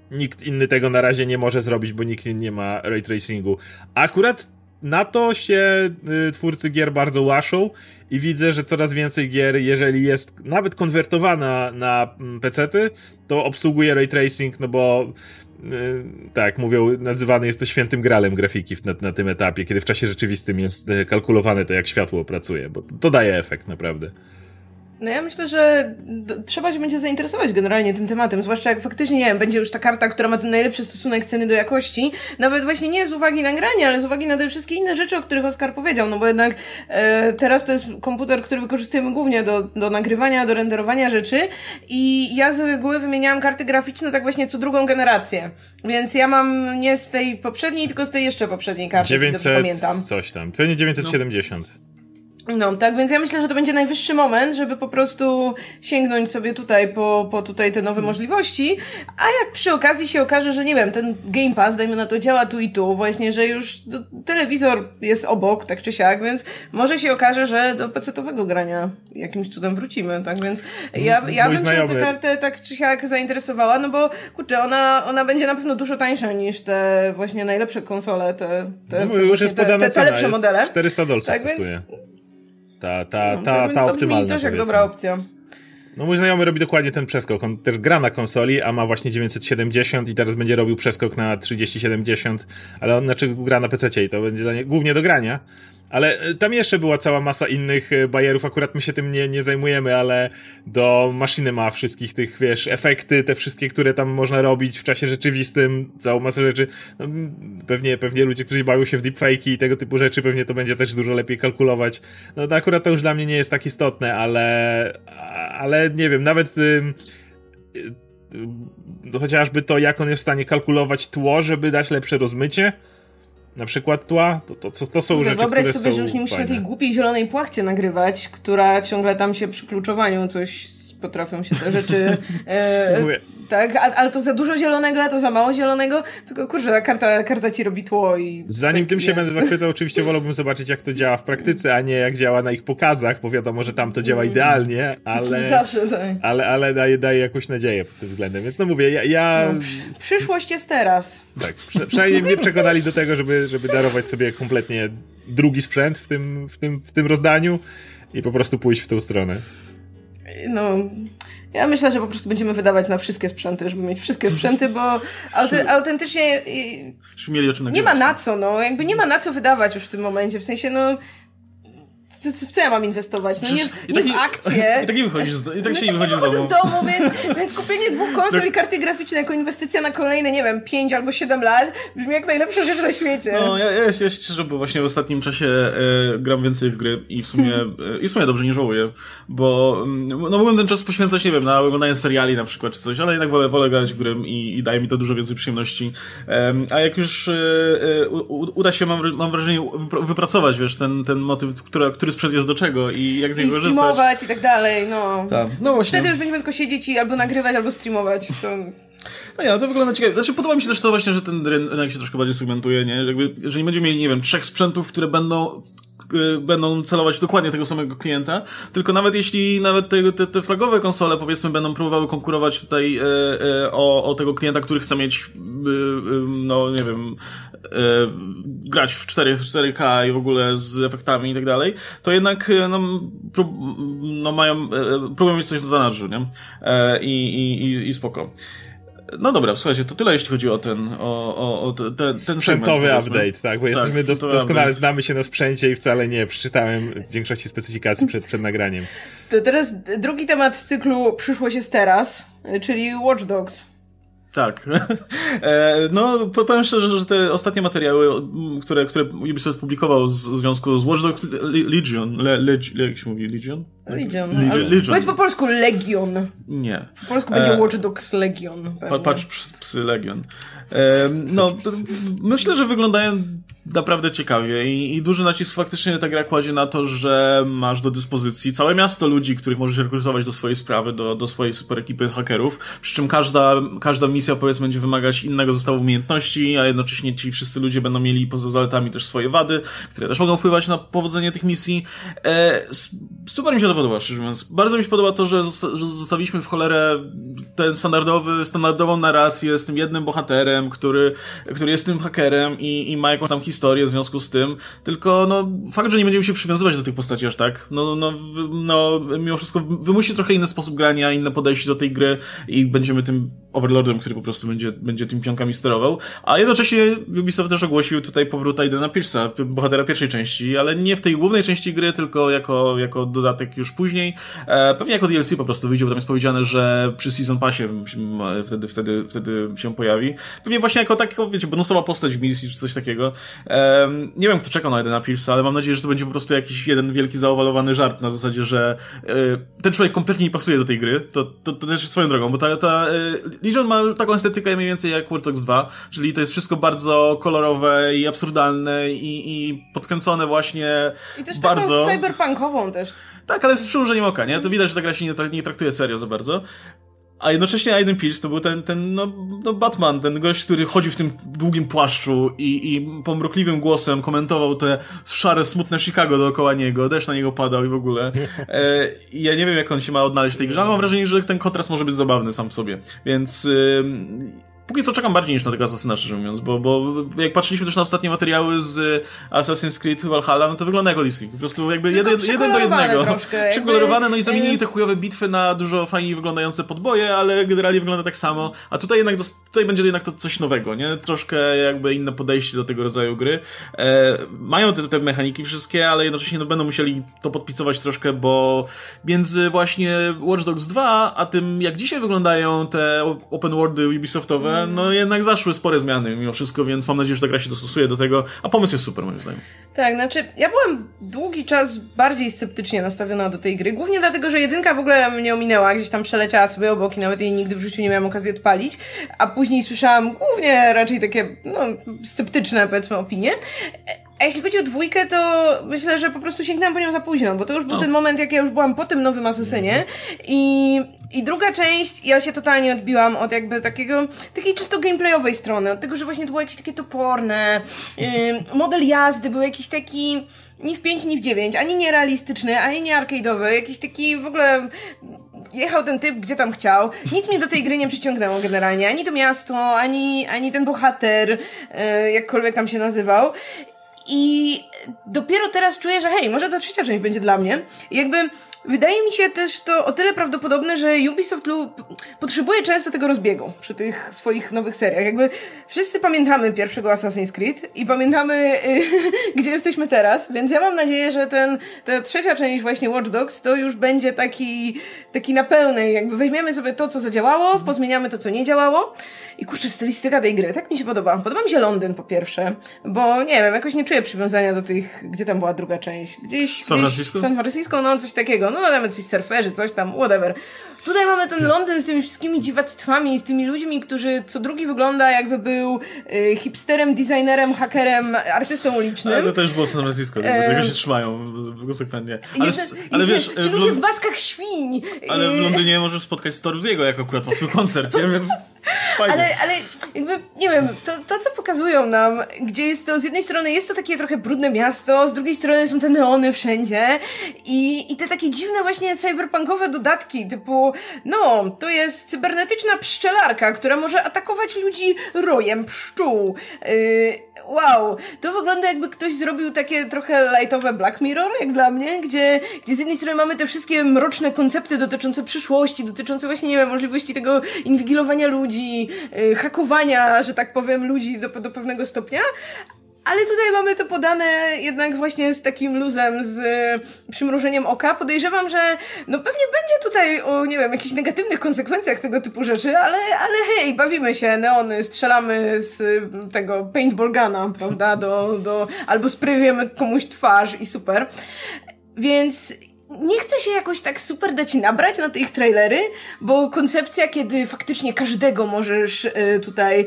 nikt inny tego na razie nie może zrobić, bo nikt nie ma ray tracingu. Akurat na to się y, twórcy gier bardzo łaszą i widzę, że coraz więcej gier, jeżeli jest nawet konwertowana na pecety, to obsługuje ray tracing, no bo y, tak, mówią, nazywany jest to świętym gralem grafiki na, na tym etapie, kiedy w czasie rzeczywistym jest kalkulowane to, jak światło pracuje, bo to, to daje efekt naprawdę. No ja myślę, że d- trzeba się będzie zainteresować generalnie tym tematem, zwłaszcza jak faktycznie, nie wiem, będzie już ta karta, która ma ten najlepszy stosunek ceny do jakości, nawet właśnie nie z uwagi na granie, ale z uwagi na te wszystkie inne rzeczy, o których Oskar powiedział, no bo jednak e, teraz to jest komputer, który wykorzystujemy głównie do, do nagrywania, do renderowania rzeczy i ja z reguły wymieniałam karty graficzne tak właśnie co drugą generację, więc ja mam nie z tej poprzedniej, tylko z tej jeszcze poprzedniej karty, dziewięćset jeśli dobrze pamiętam. Coś tam, pewnie dziewięćset siedemdziesiąt. No. No, tak, więc ja myślę, że to będzie najwyższy moment, żeby po prostu sięgnąć sobie tutaj po, po tutaj te nowe możliwości, a jak przy okazji się okaże, że nie wiem, ten Game Pass, dajmy na to, działa tu i tu, właśnie, że już do, telewizor jest obok, tak czy siak, więc może się okaże, że do pecetowego grania jakimś cudem wrucimy, tak, więc ja, ja bym się tę kartę tak czy siak zainteresowała, no bo, kurczę, ona, ona będzie na pewno dużo tańsza niż te właśnie najlepsze konsole, te, te, no, te, już jest te, podana te, te cena, lepsze modele. czterysta dolców tak, kosztuje. Więc... Ta, ta, no, ta, tak, ta to optymalna, brzmi też jak powiedzmy. dobra opcja. No mój znajomy robi dokładnie ten przeskok. On też gra na konsoli, a ma właśnie dziewięćset siedemdziesiąt i teraz będzie robił przeskok na trzydzieści siedemdziesiąt, ale on znaczy gra na pececie i to będzie dla nie, głównie do grania. Ale tam jeszcze była cała masa innych bajerów, akurat my się tym nie, nie zajmujemy, ale do maszyny ma wszystkich tych, wiesz, efekty, te wszystkie, które tam można robić w czasie rzeczywistym, całą masę rzeczy. No, pewnie, pewnie ludzie, którzy bawią się w deepfake'i i tego typu rzeczy, pewnie to będzie też dużo lepiej kalkulować. No to akurat to już dla mnie nie jest tak istotne, ale, ale nie wiem, nawet ym, y, chociażby to, jak on jest w stanie kalkulować tło, żeby dać lepsze rozmycie, na przykład tła, to, to, to, to są rzeczy, wyobraź które sobie, są że już nie musisz fajne. na tej głupiej zielonej płachcie nagrywać, która ciągle tam się przy kluczowaniu coś potrafią się te rzeczy... E, tak, a, ale to za dużo zielonego, a to za mało zielonego, tylko kurczę, ta karta, karta ci robi tło i... Zanim tak tym się jest. będę zachwycał, oczywiście wolałbym zobaczyć, jak to działa w praktyce, a nie jak działa na ich pokazach, bo wiadomo, że tam to działa idealnie, ale... Zawsze tak. Ale, ale daje, daje jakąś nadzieję pod tym względem, więc no mówię, ja... ja... No, przyszłość jest teraz. Tak, przy, przynajmniej mnie przekonali do tego, żeby, żeby darować sobie kompletnie drugi sprzęt w tym, w tym, w tym rozdaniu i po prostu pójść w tą stronę. No... Ja myślę, że po prostu będziemy wydawać na wszystkie sprzęty, żeby mieć wszystkie sprzęty, bo auty, autentycznie mieli o czym nie ma na co, no, jakby nie ma na co wydawać już w tym momencie, w sensie, no, w co ja mam inwestować? No nie, nie taki, w akcje. I tak nie wychodzisz z, i tak się no, nie wychodzi z domu. z domu, więc, więc kupienie dwóch konsol i karty graficznej jako inwestycja na kolejne, nie wiem, pięć albo siedem lat brzmi jak najlepsza rzecz na świecie. No, ja, ja, ja szczerze, bo właśnie w ostatnim czasie e, gram więcej w gry i w sumie e, i w sumie dobrze, nie żałuję, bo no mogłem ten czas poświęcać, nie wiem, na oglądanie seriali na przykład czy coś, ale jednak wolę, wolę grać w gry i, i daje mi to dużo więcej przyjemności. E, a jak już e, e, u, uda się, mam, mam wrażenie, wypracować, wiesz, ten, ten motyw, który, który sprzęt jest do czego i jak z niego korzystać. I streamować i tak dalej, no. Tak. No właśnie. Wtedy już będziemy tylko siedzieć i albo nagrywać, albo streamować. To... No ja, to wygląda ciekawie. Znaczy, podoba mi się też to właśnie, że ten rynek się troszkę bardziej segmentuje, nie? Jakby, jeżeli będziemy mieli, nie wiem, trzech sprzętów, które będą y, będą celować dokładnie tego samego klienta, tylko nawet jeśli nawet te, te, te flagowe konsole, powiedzmy, będą próbowały konkurować tutaj y, y, o, o tego klienta, który chce mieć, y, y, no nie wiem, y, grać w cztery K i w ogóle z efektami i tak dalej, to jednak no, prób, no mają, y, próbują mieć coś w zanadrzu, nie? Y, i, i, i spoko. No dobra, słuchajcie, to tyle jeśli chodzi o ten o, o, o te, ten sprzętowy segment, update, tak, bo tak, jesteśmy dos, doskonale, update. znamy się na sprzęcie i wcale nie przeczytałem większości specyfikacji przed, przed nagraniem. To teraz drugi temat z cyklu Przyszłość jest teraz, czyli Watch Dogs. Tak. E, no, powiem szczerze, że te ostatnie materiały, które, które Ubisoft publikował w związku z Watch Dogs Legion, Le, Le, Le, jak się mówi? Legion? Legion. Legion. Legion. Powiedz po polsku Legion. Nie. Po polsku będzie e, Watch Dogs Legion. Pa, patrz, psy Legion. E, no, to, myślę, że wyglądają naprawdę ciekawie i, i duży nacisk faktycznie ta gra kładzie na to, że masz do dyspozycji całe miasto ludzi, których możesz rekrutować do swojej sprawy, do, do swojej super ekipy hakerów, przy czym każda, każda misja, powiedzmy, będzie wymagać innego zestawu umiejętności, a jednocześnie ci wszyscy ludzie będą mieli poza zaletami też swoje wady, które też mogą wpływać na powodzenie tych misji. E, Super mi się to podoba, szczerze mówiąc. Bardzo mi się podoba to, że, zosta- że zostawiliśmy w cholerę ten standardowy, standardową narrację z tym jednym bohaterem, który, który jest tym hakerem i, i ma jakąś tam historię w związku z tym. Tylko, no, fakt, że nie będziemy się przywiązywać do tych postaci aż tak, no, no, no, mimo wszystko wymusi trochę inny sposób grania, inne podejście do tej gry i będziemy tym Overlordem, który po prostu będzie, będzie tymi pionkami sterował. A jednocześnie Ubisoft też ogłosił tutaj powrót Aidena Pierce'a, bohatera pierwszej części, ale nie w tej głównej części gry, tylko jako, jako dodatek już później. E, pewnie jako D L C po prostu wyjdzie, bo tam jest powiedziane, że przy Season Passie wtedy, wtedy, wtedy się pojawi. Pewnie właśnie jako taka, wiecie, bonusowa postać w misji, czy coś takiego. E, nie wiem, kto czekał na Aidena Pierce'a, ale mam nadzieję, że to będzie po prostu jakiś jeden wielki zaowalowany żart na zasadzie, że e, ten człowiek kompletnie nie pasuje do tej gry. To, to, to też swoją drogą, bo ta, ta e, Legion ma taką estetykę mniej więcej jak Watch Dogs dwa, czyli to jest wszystko bardzo kolorowe i absurdalne i, i podkręcone właśnie I też bardzo... taką cyberpunkową też. Tak, ale z przymrużeniem oka, nie? To widać, że ta gra się nie, tra- nie traktuje serio za bardzo. A jednocześnie Aiden Pierce to był ten, ten no, no Batman, ten gość, który chodził w tym długim płaszczu i, i pomrukliwym głosem komentował te szare, smutne Chicago dookoła niego, deszcz na niego padał i w ogóle. E, ja nie wiem, jak on się ma odnaleźć w tej grze, ale mam wrażenie, że ten kontrast może być zabawny sam w sobie. Więc... Y, Póki co czekam bardziej niż na tego Assassina, szczerze mówiąc, bo, bo jak patrzyliśmy też na ostatnie materiały z Assassin's Creed Valhalla, no to wygląda jak Odyssey. Po prostu jakby jeden, jeden do jednego. Troszkę, przekolorowane, jakby... no i zamienili te chujowe bitwy na dużo fajniej wyglądające podboje, ale generalnie wygląda tak samo. A tutaj jednak, tutaj będzie jednak to coś nowego, nie? Troszkę jakby inne podejście do tego rodzaju gry. E, mają te, te mechaniki wszystkie, ale jednocześnie no, będą musieli to podpicować troszkę, bo między właśnie Watch Dogs dwa, a tym jak dzisiaj wyglądają te open worldy Ubisoftowe, no jednak zaszły spore zmiany mimo wszystko, więc mam nadzieję, że ta gra się dostosuje do tego, a pomysł jest super moim zdaniem. Tak, znaczy ja byłam długi czas bardziej sceptycznie nastawiona do tej gry, głównie dlatego, że jedynka w ogóle mnie ominęła, gdzieś tam przeleciała sobie obok i nawet jej nigdy w życiu nie miałam okazji odpalić, a później słyszałam głównie raczej takie, no, sceptyczne, powiedzmy, opinie. A jeśli chodzi o dwójkę, to myślę, że po prostu sięgnęłam po nią za późno, bo to już był no. ten moment, jak ja już byłam po tym nowym Assassinie i, i druga część, ja się totalnie odbiłam od jakby takiego, takiej czysto gameplayowej strony, od tego, że właśnie to było jakieś takie toporne, yy, model jazdy był jakiś taki ni w pięć, ni w dziewięć, ani nierealistyczny, ani nie arcade'owy, jakiś taki w ogóle... Jechał ten typ, gdzie tam chciał. Nic mnie do tej gry nie przyciągnęło generalnie. Ani to miasto, ani, ani ten bohater, yy, jakkolwiek tam się nazywał. I dopiero teraz czuję, że hej, może ta trzecia część będzie dla mnie. I jakby wydaje mi się też to o tyle prawdopodobne, że Ubisoft lub potrzebuje często tego rozbiegu przy tych swoich nowych seriach. Jakby wszyscy pamiętamy pierwszego Assassin's Creed i pamiętamy yy, gdzie jesteśmy teraz, więc ja mam nadzieję, że ten, ta trzecia część właśnie Watch Dogs to już będzie taki, taki na pełnej, jakby weźmiemy sobie to, co zadziałało, pozmieniamy to, co nie działało i kurczę, stylistyka tej gry, tak mi się podoba. Podoba mi się Londyn po pierwsze, bo nie wiem, jakoś nie czuję przywiązania do tych, gdzie tam była druga część. Gdzieś, San gdzieś Francisco? San Francisco, no coś takiego, no nawet coś surferzy, coś tam, whatever. Tutaj mamy ten Londyn z tymi wszystkimi dziwactwami, z tymi ludźmi, którzy co drugi wygląda jakby był y, hipsterem, designerem, hakerem, artystą ulicznym. Ale to też było San Francisco, e... tego się trzymają konsekwentnie. Ale, Jeden, ale wiesz... Ci ludzie w maskach świń! Ale w Londynie możesz spotkać Stormziego, jak akurat ma swój koncert, nie? Więc fajnie. Ale, ale jakby, nie wiem, to, to co pokazują nam, gdzie jest to, z jednej strony jest to takie trochę brudne miasto, z drugiej strony są te neony wszędzie i, i te takie dziwne właśnie cyberpunkowe dodatki, typu, no, to jest cybernetyczna pszczelarka, która może atakować ludzi rojem pszczół. Yy, wow, to wygląda jakby ktoś zrobił takie trochę lightowe Black Mirror, jak dla mnie, gdzie, gdzie z jednej strony mamy te wszystkie mroczne koncepty dotyczące przyszłości, dotyczące właśnie, nie wiem, możliwości tego inwigilowania ludzi, yy, hakowania, że tak powiem, ludzi do, do pewnego stopnia. Ale tutaj mamy to podane jednak właśnie z takim luzem, z y, przymrużeniem oka. Podejrzewam, że no pewnie będzie tutaj o, nie wiem, jakichś negatywnych konsekwencjach tego typu rzeczy, ale, ale hej, bawimy się, neony, strzelamy z y, tego paintball guna, prawda, do, do, albo sprayujemy komuś twarz i super. Więc... nie chcę się jakoś tak super dać nabrać na te ich trailery, bo koncepcja, kiedy faktycznie każdego możesz y, tutaj y,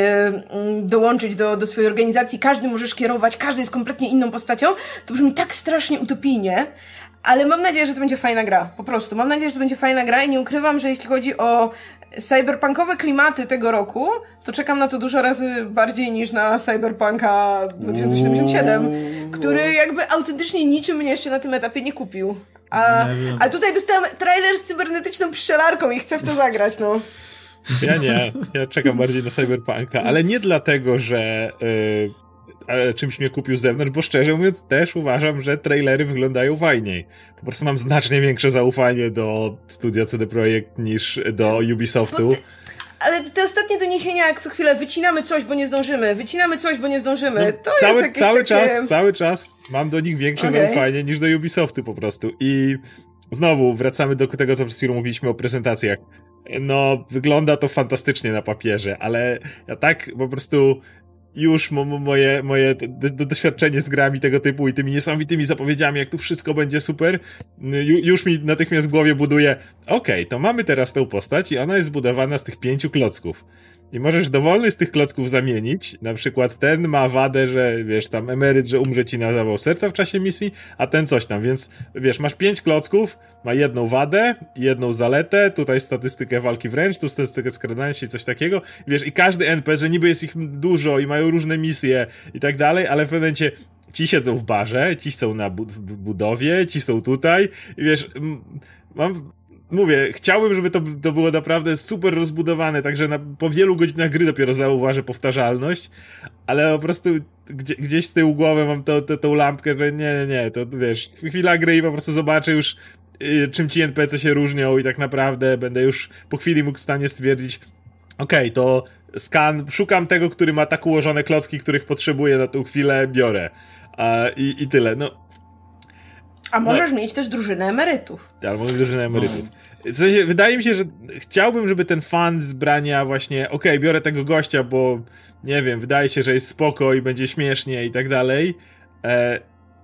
y, dołączyć do, do swojej organizacji, każdy możesz kierować, każdy jest kompletnie inną postacią, to brzmi tak strasznie utopijnie, ale mam nadzieję, że to będzie fajna gra, po prostu. Mam nadzieję, że to będzie fajna gra i nie ukrywam, że jeśli chodzi o cyberpunkowe klimaty tego roku, to czekam na to dużo razy bardziej niż na Cyberpunka dwa tysiące siedemdziesiąt siedem, który jakby autentycznie niczym mnie jeszcze na tym etapie nie kupił. A, a tutaj dostałam trailer z cybernetyczną pszczelarką i chcę w to zagrać, no. Ja nie, ja czekam bardziej na Cyberpunka, ale nie dlatego, że yy, czymś mnie kupił z zewnątrz, bo szczerze mówiąc też uważam, że trailery wyglądają fajniej. Po prostu mam znacznie większe zaufanie do studia C D Projekt niż do Ubisoftu. Ale te ostatnie doniesienia, jak co chwilę wycinamy coś, bo nie zdążymy, wycinamy coś, bo nie zdążymy, no, to cały, jest jakieś cały takie... czas, cały czas mam do nich większe okay. zaufanie niż do Ubisoftu po prostu. I znowu wracamy do tego, co przed chwilą mówiliśmy o prezentacjach. No, wygląda to fantastycznie na papierze, ale ja tak po prostu już mo, moje, moje do, do, doświadczenie z grami tego typu i tymi niesamowitymi zapowiedziami, jak tu wszystko będzie super, ju, już mi natychmiast w głowie buduje, okej, okay, to mamy teraz tę postać i ona jest zbudowana z tych pięciu klocków. I możesz dowolny z tych klocków zamienić, na przykład ten ma wadę, że wiesz, tam emeryt, że umrze ci na zawał serca w czasie misji, a ten coś tam, więc wiesz, masz pięć klocków, ma jedną wadę, jedną zaletę, tutaj statystykę walki wręcz, tu statystykę skradania się i coś takiego, wiesz, i każdy N P C, że niby jest ich dużo i mają różne misje i tak dalej, ale w pewnym momencie ci siedzą w barze, ci są na bu- w budowie, ci są tutaj i wiesz, m- mam... Mówię, chciałbym, żeby to, to było naprawdę super rozbudowane, także na, po wielu godzinach gry dopiero zauważę powtarzalność, ale po prostu gdzie, gdzieś z tyłu głowy mam to, to, tą lampkę, że nie, nie, nie, to wiesz, chwila gry i po prostu zobaczę już y, czym ci N P C się różnią i tak naprawdę będę już po chwili mógł w stanie stwierdzić, okej, okay, to skan, szukam tego, który ma tak ułożone klocki, których potrzebuję na tą chwilę, biorę. A, i, i tyle, no. A możesz no. mieć też drużynę emerytów. Albo drużynę emerytów. W sensie, wydaje mi się, że chciałbym, żeby ten fan z brania właśnie, okej, okay, biorę tego gościa, bo nie wiem, wydaje się, że jest spoko i będzie śmiesznie i tak dalej. E,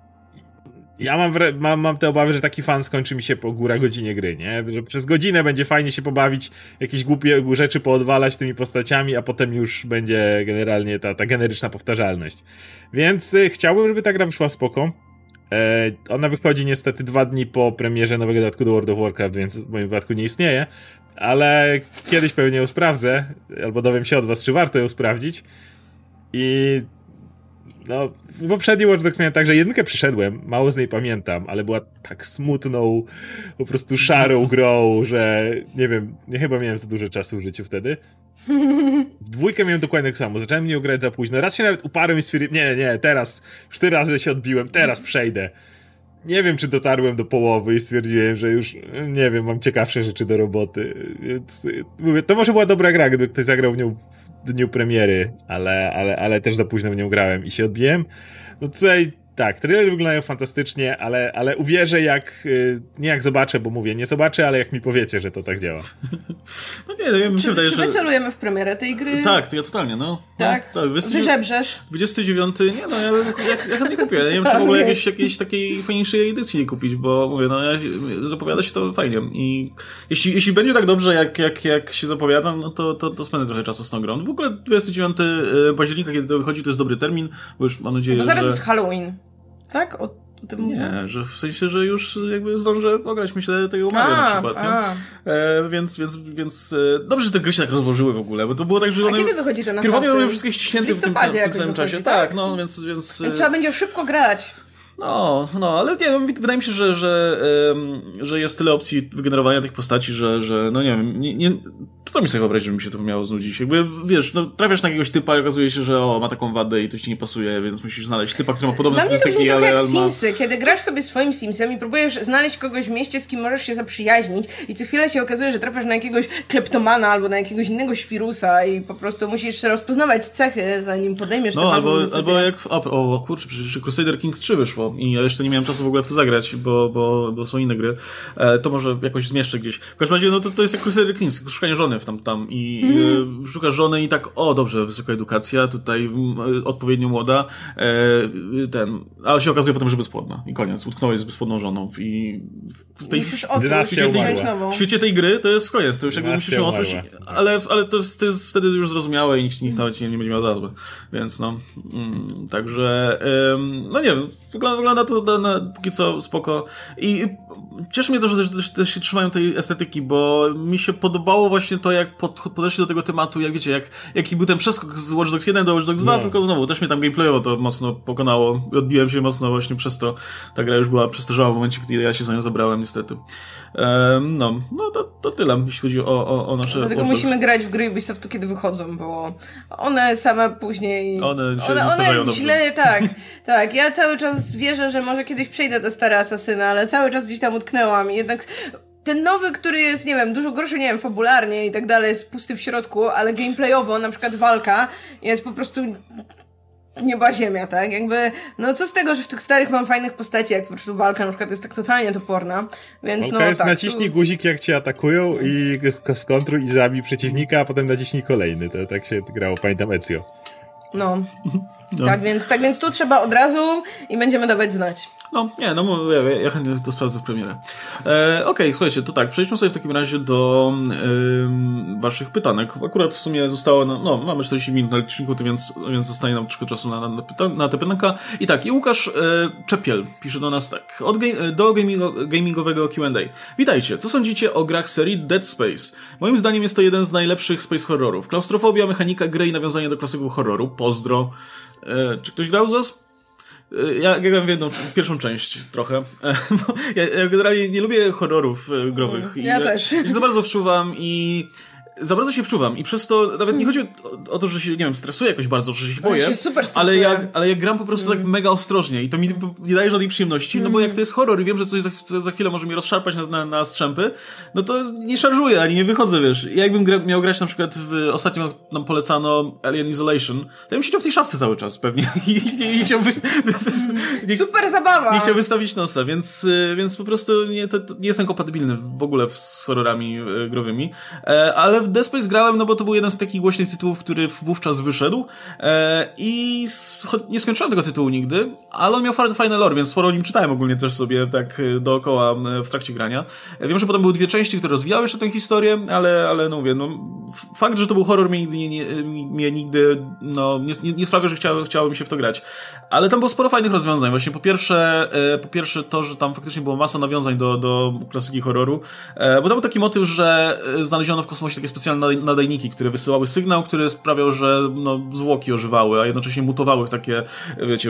ja mam, wre- mam, mam te obawy, że taki fan skończy mi się po góra godzinie gry, nie? Że przez godzinę będzie fajnie się pobawić, jakieś głupie rzeczy poodwalać tymi postaciami, a potem już będzie generalnie ta, ta generyczna powtarzalność. Więc y, chciałbym, żeby ta gra wyszła spoko. E, ona wychodzi niestety dwa dni po premierze nowego dodatku do World of Warcraft, więc w moim wypadku nie istnieje, ale kiedyś pewnie ją sprawdzę, albo dowiem się od was, czy warto ją sprawdzić. I no, w poprzedniej Watch Dogs miałem tak, że jedynkę przyszedłem, mało z niej pamiętam, ale była tak smutną, po prostu szarą grą, że nie wiem, nie chyba miałem za dużo czasu w życiu wtedy. W dwójkę miałem dokładnie tak samo, zacząłem nie grać za późno, raz się nawet uparłem i stwierdziłem, nie, nie, teraz, już tyle razy się odbiłem, teraz przejdę. Nie wiem, czy dotarłem do połowy i stwierdziłem, że już, nie wiem, mam ciekawsze rzeczy do roboty, więc mówię, to może była dobra gra, gdyby ktoś zagrał w nią w dniu premiery, ale, ale, ale też za późno w nią grałem i się odbiłem. No tutaj tak, trailery wyglądają fantastycznie, ale, ale uwierzę jak, nie jak zobaczę, bo mówię, nie zobaczę, ale jak mi powiecie, że to tak działa. No nie, no, mi się czy, wydaje, czy że... my celujemy w premierę tej gry? Tak, to ja totalnie, no. Tak? No, tak wyżebrzesz? dwudziestego dziewiątego, nie no, ja, ja, ja chętnie kupię. Nie wiem, czy w ogóle jakiejś, jakiejś takiej fajniejszej edycji nie kupić, bo mówię, no ja, zapowiada się to fajnie i jeśli, jeśli będzie tak dobrze, jak, jak, jak się zapowiada, no to, to, to spędzę trochę czasu z tą grą. W ogóle dwudziestego dziewiątego października, kiedy to wychodzi, to jest dobry termin, bo już mam nadzieję, bo zaraz że... jest Halloween. Tak? O, o tym nie, że w sensie, że już jakby zdążę ograć, myślę, tego Mario na przykład. E, więc, więc, więc e, dobrze, że te gry się tak rozłożyły w ogóle, bo to było tak, że one... A kiedy wychodzi ten Assassin? Pierwotnie były wszystkie ściśnięte w, w tym, tym, tym samym czasie. Tak, tak, no, więc... więc I trzeba będzie szybko grać. No, no, ale nie, wydaje mi się, że, że, um, że jest tyle opcji wygenerowania tych postaci, że, że no nie wiem, nie, nie, to mi sobie wyobrazić, żeby mi się to miało znudzić. Jakby, wiesz, no, trafiasz na jakiegoś typa i okazuje się, że o, ma taką wadę i to ci nie pasuje, więc musisz znaleźć typa, który ma podobne statystyki, statystyki, ale... Dla mnie to brzmi ale trochę jak Simsy, kiedy grasz sobie swoim Simsem i próbujesz znaleźć kogoś w mieście, z kim możesz się zaprzyjaźnić i co chwilę się okazuje, że trafiasz na jakiegoś kleptomana albo na jakiegoś innego świrusa i po prostu musisz rozpoznawać cechy, zanim podejmiesz no, tę albo, decyzję. albo jak... O, o kurczę, przecież Crusader Kings trzy wyszło i ja jeszcze nie miałem czasu w ogóle w to zagrać, bo, bo, bo są inne gry. E, to może jakoś zmieszczę gdzieś. W każdym razie, no to, to jest jak Crusader Kings, szukanie żony w tam, tam i mm. e, szukasz żony i tak, o dobrze, wysoka edukacja, tutaj e, odpowiednio młoda, e, ten, a się okazuje potem, że bezpłodna i koniec, utknąłeś z bezpłodną żoną i w tej w świecie, tej, w świecie tej gry to jest koniec, to już jakby musisz ją otworzyć, ale, ale to, jest, to jest wtedy już zrozumiałe i nikt, nikt nawet nie, nie będzie miał za złe, więc no, mm, także, ym, no nie wiem, wygląda, wygląda to na, na póki co spoko. I cieszy mnie to, że też, też się trzymają tej estetyki, bo mi się podobało właśnie to, jak pod, podeszli do tego tematu, jak wiecie, jak, jaki był ten przeskok z Watch Dogs jeden do Watch Dogs dwa, no. Tylko znowu, też mnie tam gameplayowo to mocno pokonało. Odbiłem się mocno właśnie przez to. Ta gra już była przestarzała w momencie, kiedy ja się za nią zabrałem, niestety. Um, no, no to, to tyle, jeśli chodzi o, o, o nasze... Dlatego musimy grać w gry Ubisoftu, kiedy wychodzą, bo one same później... One się one, one dobrze. źle, tak, tak. Ja cały czas wierzę, że może kiedyś przejdę do stare Asasyna, ale cały czas gdzieś tam utknęłam i jednak ten nowy, który jest, nie wiem, dużo gorszy, nie wiem, fabularnie i tak dalej, jest pusty w środku, ale gameplayowo, na przykład walka jest po prostu nieba ziemia, tak? Jakby, no co z tego, że w tych starych mam fajnych postaci, jak po prostu walka na przykład jest tak totalnie toporna, więc walka no jest, tak. naciśnij tu... guzik, jak cię atakują i skontruj i zabij przeciwnika, a potem naciśnij kolejny. To tak się grało, pamiętam Ezio. No. no. Tak, więc, tak więc tu trzeba od razu i będziemy dawać znać. No, nie, no ja, ja chętnie to sprawdzę w premierę. E, Okej, okay, słuchajcie, to tak, przejdźmy sobie w takim razie do e, waszych pytanek. Akurat w sumie zostało, no, no mamy czterdzieści minut na liczniku, więc, więc zostanie nam troszkę czasu na, na, na te pytanka. I tak, i Łukasz e, Czepiel pisze do nas tak, od ga- do gamingo, gamingowego Q and A. Witajcie, co sądzicie o grach serii Dead Space? Moim zdaniem jest to jeden z najlepszych space horrorów. Klaustrofobia, mechanika gry i nawiązanie do klasyków horroru. Pozdro. E, czy ktoś grał z was? Ja, ja grałem w jedną, w pierwszą część trochę. Ja, ja generalnie nie lubię horrorów growych. Ja I, też. Ja się za bardzo wczuwam i... Za bardzo się wczuwam i przez to nawet nie chodzi o, o to, że się, nie wiem, stresuję jakoś bardzo, że się boję, ja się super ale, ja, ale ja gram po prostu mm. tak mega ostrożnie i to mi nie daje żadnej przyjemności, mm. no bo jak to jest horror i wiem, że coś za, co za chwilę może mi rozszarpać na, na, na strzępy, no to nie szarżuję, ani nie wychodzę, wiesz. Ja jakbym gra, miał grać na przykład w, ostatnio nam polecano Alien Isolation, to ja bym siedział w tej szafce cały czas pewnie i nie, nie chciał wy, wy, wy, nie, super zabawa! Nie chciał wystawić nosa, więc, więc po prostu nie, to, to nie jestem kompatybilny w ogóle z horrorami growymi, e, ale w Dead Space grałem, no bo to był jeden z takich głośnych tytułów, który wówczas wyszedł e, i nie skończyłem tego tytułu nigdy, ale on miał fajny lore, więc sporo o nim czytałem ogólnie też sobie tak dookoła w trakcie grania. Wiem, że potem były dwie części, które rozwijały jeszcze tę historię, ale, ale no mówię, no, fakt, że to był horror mnie nigdy, nie, nie, mnie nigdy no, nie, nie, nie sprawia, że chciało, chciało mi się w to grać. Ale tam było sporo fajnych rozwiązań. Właśnie po pierwsze, e, po pierwsze to, że tam faktycznie było masa nawiązań do, do klasyki horroru, e, bo tam był taki motyw, że znaleziono w kosmosie takie specjalne nadajniki, które wysyłały sygnał, który sprawiał, że no, zwłoki ożywały, a jednocześnie mutowały w takie, wiecie,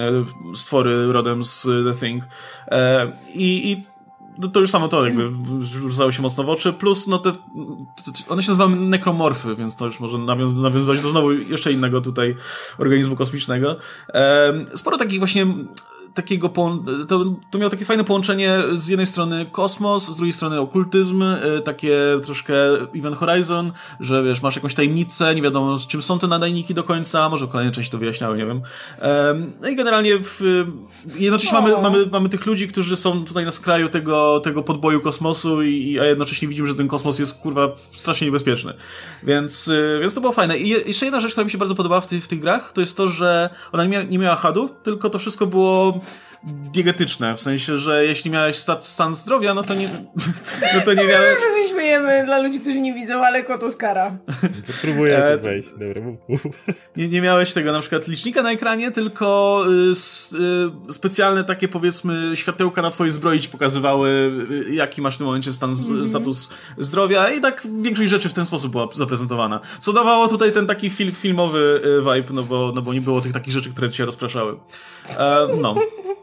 stwory rodem z The Thing. E, I, i to już samo to jakby rzucało się mocno w oczy, plus no te, one się nazywały nekromorfy, więc to już może nawiąz- nawiązywać do znowu jeszcze innego tutaj organizmu kosmicznego. E, sporo takich właśnie takiego, poł- to, to miało takie fajne połączenie z jednej strony kosmos, z drugiej strony okultyzm, y, takie troszkę Event Horizon, że wiesz, masz jakąś tajemnicę, nie wiadomo z czym są te nadajniki do końca, może kolejne części to wyjaśniały, nie wiem. Um, no i generalnie w, jednocześnie mamy, mamy, mamy tych ludzi, którzy są tutaj na skraju tego, tego podboju kosmosu i, a jednocześnie widzimy, że ten kosmos jest kurwa strasznie niebezpieczny. Więc, y, więc to było fajne. I je, jeszcze jedna rzecz, która mi się bardzo podobała w, ty, w tych grach, to jest to, że ona nie, mia- nie miała hadu, tylko to wszystko było diegetyczne, w sensie, że jeśli miałeś stan, stan zdrowia, no to nie no to nie miałeś... Wiem, że się śmiejemy dla ludzi, którzy nie widzą, ale to skara. To próbuję e, to wejść. Dobra, mów. Nie, nie miałeś tego na przykład licznika na ekranie, tylko y, s, y, specjalne takie powiedzmy światełka na twojej zbroi ci pokazywały, y, jaki masz w tym momencie stan, mm-hmm. status zdrowia i tak większość rzeczy w ten sposób była zaprezentowana. Co dawało tutaj ten taki fil, filmowy y, vibe, no bo, no bo nie było tych takich rzeczy, które cię rozpraszały. E, no.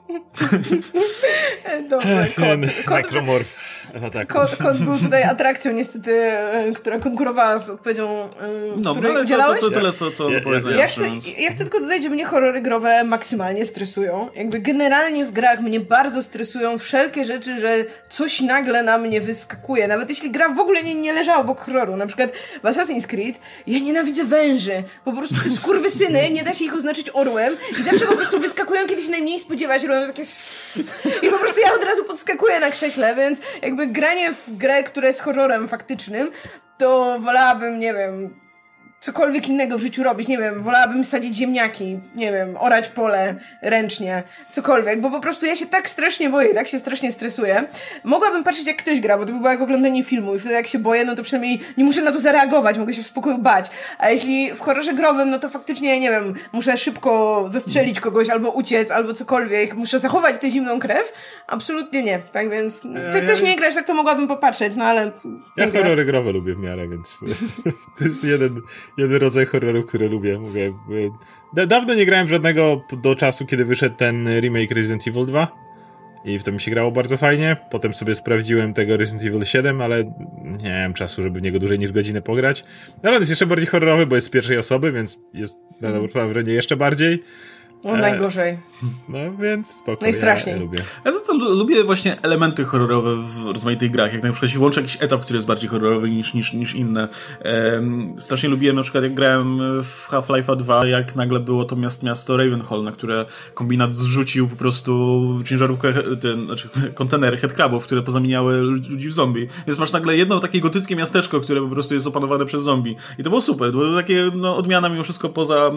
Dobra, kot. kot Nekromorf. No tak. Kot, kot był tutaj atrakcją niestety, która konkurowała z odpowiedzią, no, której ale udzielałeś. To, to tyle, co, co ja, do powiedzenia. Ja, ja, chcę, ja chcę tylko dodać, że mnie horrory growe maksymalnie stresują. Jakby generalnie w grach mnie bardzo stresują wszelkie rzeczy, że coś nagle na mnie wyskakuje. Nawet jeśli gra w ogóle nie, nie leżała obok horroru. Na przykład w Assassin's Creed ja nienawidzę węży. Po prostu te skurwysyny, nie da się ich oznaczyć orłem i zawsze po prostu wyskakują, kiedy się najmniej spodziewać, robią takie sss, i po prostu ja od razu podskakuję na krześle, więc jakby granie w grę, która jest horrorem faktycznym, to wolałabym, nie wiem, cokolwiek innego w życiu robić, nie wiem, wolałabym sadzić ziemniaki, nie wiem, orać pole ręcznie, cokolwiek, bo po prostu ja się tak strasznie boję, tak się strasznie stresuję. Mogłabym patrzeć, jak ktoś gra, bo to by było jak oglądanie filmu i wtedy jak się boję, no to przynajmniej nie muszę na to zareagować, mogę się w spokoju bać. A jeśli w horrorze growym, no to faktycznie, nie wiem, muszę szybko zastrzelić kogoś, albo uciec, albo cokolwiek, muszę zachować tę zimną krew. Absolutnie nie, tak więc ty ja, też ja... nie grasz, tak to mogłabym popatrzeć, no ale... Ja horrory growe lubię w miarę, więc to jest jeden, jeden rodzaj horrorów, który lubię. Mówię, da, dawno nie grałem w żadnego do czasu, kiedy wyszedł ten remake Resident Evil dwa i w to mi się grało bardzo fajnie. Potem sobie sprawdziłem tego Resident Evil siedem, ale nie miałem czasu, żeby w niego dłużej niż godzinę pograć. No ale on jest jeszcze bardziej horrorowy, bo jest z pierwszej osoby, więc jest na dobrą wrażenie jeszcze bardziej. No najgorzej. No więc spoko, najstraszniej. Ja lubię. Ja za to lubię właśnie elementy horrorowe w rozmaitych grach, jak na przykład się włączy jakiś etap, który jest bardziej horrorowy niż, niż, niż inne. Um, strasznie lubiłem na przykład jak grałem w Half-Life'a dwa, jak nagle było to miast, miasto Ravenhall, na które kombinat zrzucił po prostu ciężarówkę, ten, znaczy kontener headcrabów, które pozamieniały ludzi w zombie. Więc masz nagle jedno takie gotyckie miasteczko, które po prostu jest opanowane przez zombie. I to było super, to było takie no, odmiana mimo wszystko poza e, e,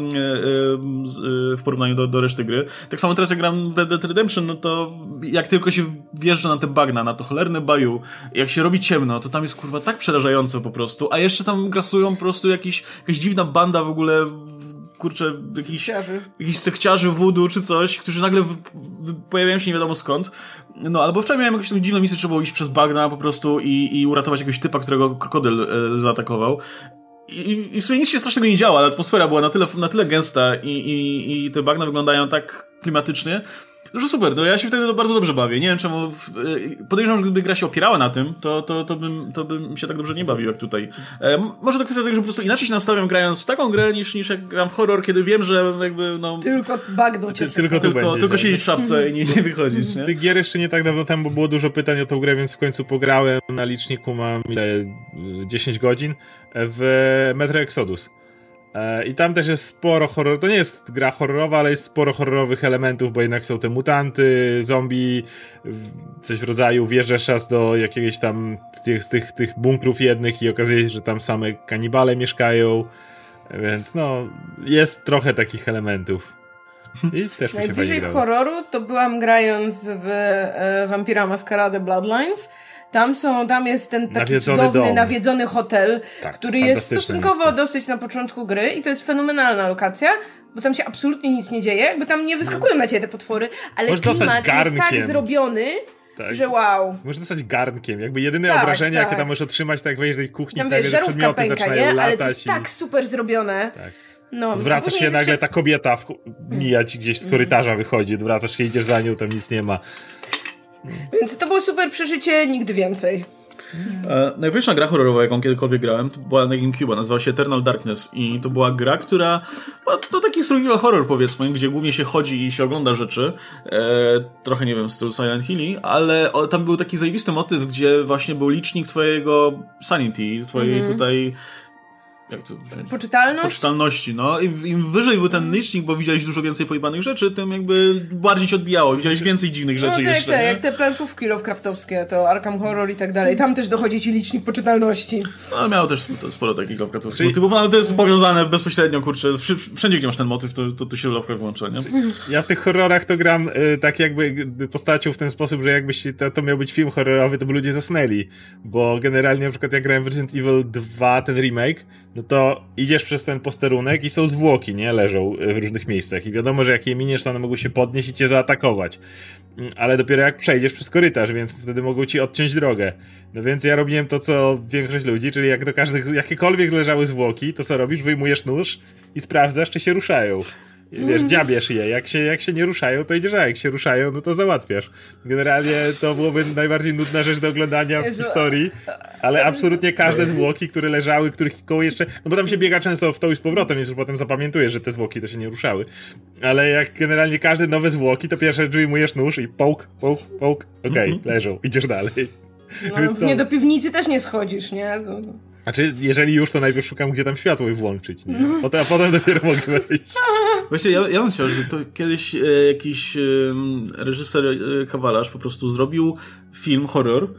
w porównaniu Do, do reszty gry. Tak samo teraz jak gram w Red Dead Redemption, no to jak tylko się wjeżdża na te bagna, na to cholerne baju, jak się robi ciemno, to tam jest kurwa tak przerażająco po prostu, a jeszcze tam grasują po prostu jakiś, jakaś dziwna banda w ogóle, kurczę, jakiś, jakiś sekciarzy voodoo czy coś, którzy nagle w, w, pojawiają się nie wiadomo skąd. No, albo wczoraj miałem jakąś taką dziwną misję, trzeba było iść przez bagna po prostu i, i uratować jakiegoś typa, którego krokodyl e, zaatakował. I, I w sumie nic się strasznego nie działa, ale atmosfera była na tyle, na tyle gęsta i, i, i te bagna wyglądają tak klimatycznie, że super, no ja się wtedy bardzo dobrze bawię. Nie wiem czemu, podejrzewam, że gdyby gra się opierała na tym, to, to, to, bym, to bym się tak dobrze nie bawił jak tutaj. E, może to kwestia tego, że po prostu inaczej się nastawiam grając w taką grę, niż, niż jak gram w horror, kiedy wiem, że jakby no... Tylko bagno cię ty, Tylko tu Tylko, będzie, tylko siedzieć w szafce i nie, nie wychodzić. Z nie? tych gier jeszcze nie tak dawno temu było dużo pytań o tą grę, więc w końcu pograłem. Na liczniku mam ile? dziesięć godzin w Metro Exodus. I tam też jest sporo horror. To nie jest gra horrorowa, ale jest sporo horrorowych elementów, bo jednak są te mutanty, zombie, coś w rodzaju wjeżdżasz raz do jakiegoś tam z tych, z tych, tych bunkrów jednych i okazuje się, że tam same kanibale mieszkają. Więc no, jest trochę takich elementów. I też mi się najbliżej horroru to byłam grając w e, Vampira Masquerade Bloodlines. Tam są, tam jest ten taki nawiedzony cudowny, dom. nawiedzony hotel, tak, który jest stosunkowo miejsce. dosyć na początku gry i to jest fenomenalna lokacja, bo tam się absolutnie nic nie dzieje, jakby tam nie wyskakują na ciebie te potwory, ale Możesz klimat jest tak zrobiony, tak. że wow. Możesz dostać garnkiem, jakby jedyne tak, obrażenia, tak. jakie tam możesz otrzymać, tak wejść do tej kuchni, tam tak, wiesz, że przedmioty pęka, zaczynają nie? latać. Ale to jest i... tak super zrobione. Tak. No, Wracasz się nagle, jeszcze... ta kobieta w... mijać gdzieś z korytarza wychodzi, wracasz się, idziesz za nią, tam nic nie ma. Więc to było super przeżycie, nigdy więcej. E, najważniejsza gra horrorowa, jaką kiedykolwiek grałem, to była na GameCube, nazywała się Eternal Darkness i to była gra, która no, to taki survival horror, powiedzmy, gdzie głównie się chodzi i się ogląda rzeczy, e, trochę nie wiem, w stylu Silent Hill, ale o, tam był taki zajebisty motyw, gdzie właśnie był licznik twojego sanity, twojej mm-hmm. tutaj jak to Poczytalność? Poczytalności, no. Im, im wyżej był ten licznik, bo widziałeś dużo więcej pojebanych rzeczy, tym jakby bardziej ci odbijało. Widziałeś więcej dziwnych rzeczy no, to jeszcze. Jak te, jak te planszówki Lovecraftowskie, to Arkham Horror i tak dalej. Tam też dochodzi ci licznik poczytalności. No, ale miało też sporo takich Lovecraftowskich motywów, ale to jest powiązane bezpośrednio, kurczę. Wszędzie, gdzie masz ten motyw, to, to, to się Lovecraft włącza, nie? Ja w tych horrorach to gram y, tak jakby postacią w ten sposób, że jakbyś to, to miał być film horrorowy, to by ludzie zasnęli. Bo generalnie na przykład jak grałem w Resident Evil dwa, ten remake, no to idziesz przez ten posterunek i są zwłoki, nie? Leżą w różnych miejscach i wiadomo, że jak je miniesz, to one mogą się podnieść i cię zaatakować. Ale dopiero jak przejdziesz przez korytarz, więc wtedy mogą ci odciąć drogę. No więc ja robiłem to, co większość ludzi, czyli jak do każdych, jakiekolwiek leżały zwłoki, to co robisz? Wyjmujesz nóż i sprawdzasz, czy się ruszają. Wiesz, dziabiesz je. Jak się, jak się nie ruszają, to idziesz, a jak się ruszają, no to załatwiasz. Generalnie to byłoby najbardziej nudna rzecz do oglądania w historii, ale absolutnie każde zwłoki, które leżały, których koło jeszcze... No bo tam się biega często w to i z powrotem, więc już potem zapamiętujesz, że te zwłoki to się nie ruszały. Ale jak generalnie każde nowe zwłoki, to pierwsze wyjmujesz nóż i połk, połk, połk, okej, okay, mm-hmm. leżą, idziesz dalej. No, to... nie do piwnicy też nie schodzisz, nie? To... Znaczy, jeżeli już, to najpierw szukam, gdzie tam światło i włączyć, nie? Potem, a potem dopiero mogę wejść. Właśnie, ja, ja bym chciał, żeby to kiedyś e, jakiś e, reżyser, e, kawalarz po prostu zrobił film, horror,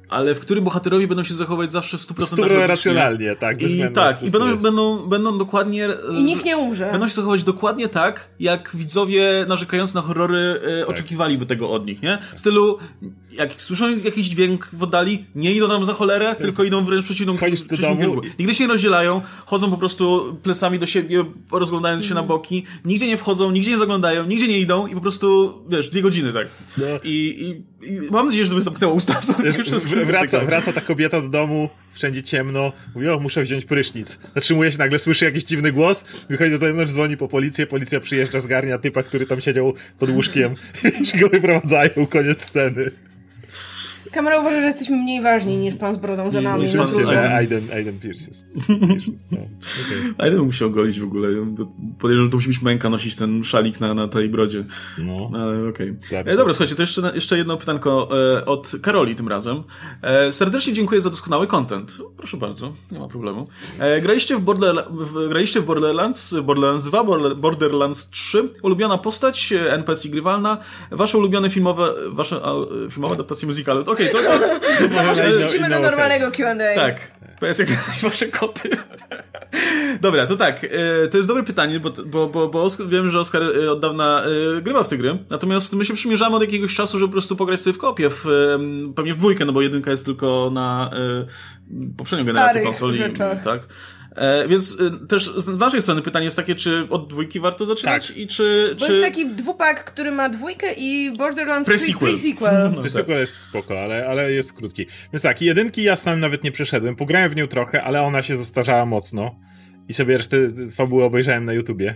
ale w którym bohaterowie będą się zachować zawsze w stu procentach stu procent racjonalnie, tak. I tak, i będą, będą, będą dokładnie... I nikt nie umrze. Będą się zachować dokładnie tak, jak widzowie narzekający na horrory e, tak. oczekiwaliby tego od nich, nie? W stylu, jak słyszą jakiś dźwięk w oddali, nie idą nam za cholerę, tak. tylko idą wręcz przeciwną, przeciwną kierunku. Nigdy się nie rozdzielają, chodzą po prostu plecami do siebie, rozglądając się mm. na boki, nigdzie nie wchodzą, nigdzie nie zaglądają, nigdzie nie idą i po prostu, wiesz, dwie godziny, tak. No. I, i, I mam nadzieję, że to by zamknęło ustawę. Wraca, wraca ta kobieta do domu, wszędzie ciemno, mówi, o, muszę wziąć prysznic. Zatrzymuje się, nagle słyszy jakiś dziwny głos, wychodzi do zewnątrz, dzwoni po policję, policja przyjeżdża, zgarnia typa, który tam siedział pod łóżkiem i go wyprowadzają, koniec sceny. Kamera uważa, że jesteśmy mniej ważni niż pan z brodą za nami. Nie, oczywiście, że Aiden, Aiden Pierce jest. No, okay. Aiden musi się ogolić w ogóle. Podejrzewam, że to musi być męka nosić ten szalik na, na tej brodzie. No. Ale okej. Okay. E, dobra, słuchajcie, to jeszcze, jeszcze jedno pytanko e, od Karoli tym razem. E, serdecznie dziękuję za doskonały content. Proszę bardzo, nie ma problemu. E, graliście, w Borderla- w, graliście w Borderlands, Borderlands dwa, Borderlands trzy. Ulubiona postać, N P C grywalna, wasze ulubione filmowe, wasze a, filmowe adaptacje muzykale. Okej, okay, to... Może wrócimy do normalnego Q and A. Tak. P S jak wasze koty. Dobra, to tak. To jest dobre pytanie, bo, bo, bo, bo Oskar, wiem, że Oskar od dawna grywa w te gry. Natomiast my się przymierzamy od jakiegoś czasu, żeby po prostu pograć sobie w koopie. W, pewnie w dwójkę, no bo jedynka jest tylko na poprzednią generację konsoli. Rzeczach. Tak. E, więc e, też z, z naszej strony pytanie jest takie, czy od dwójki warto zaczynać tak. i czy... Bo czy... jest taki dwupak, który ma dwójkę i Borderlands Pre-sequel. Pre-sequel. No, Pre-sequel tak. jest spoko, ale, ale jest krótki. Więc tak, jedynki ja sam nawet nie przeszedłem. Pograłem w nią trochę, ale ona się zestarzała mocno. I sobie resztę fabuły obejrzałem na YouTubie.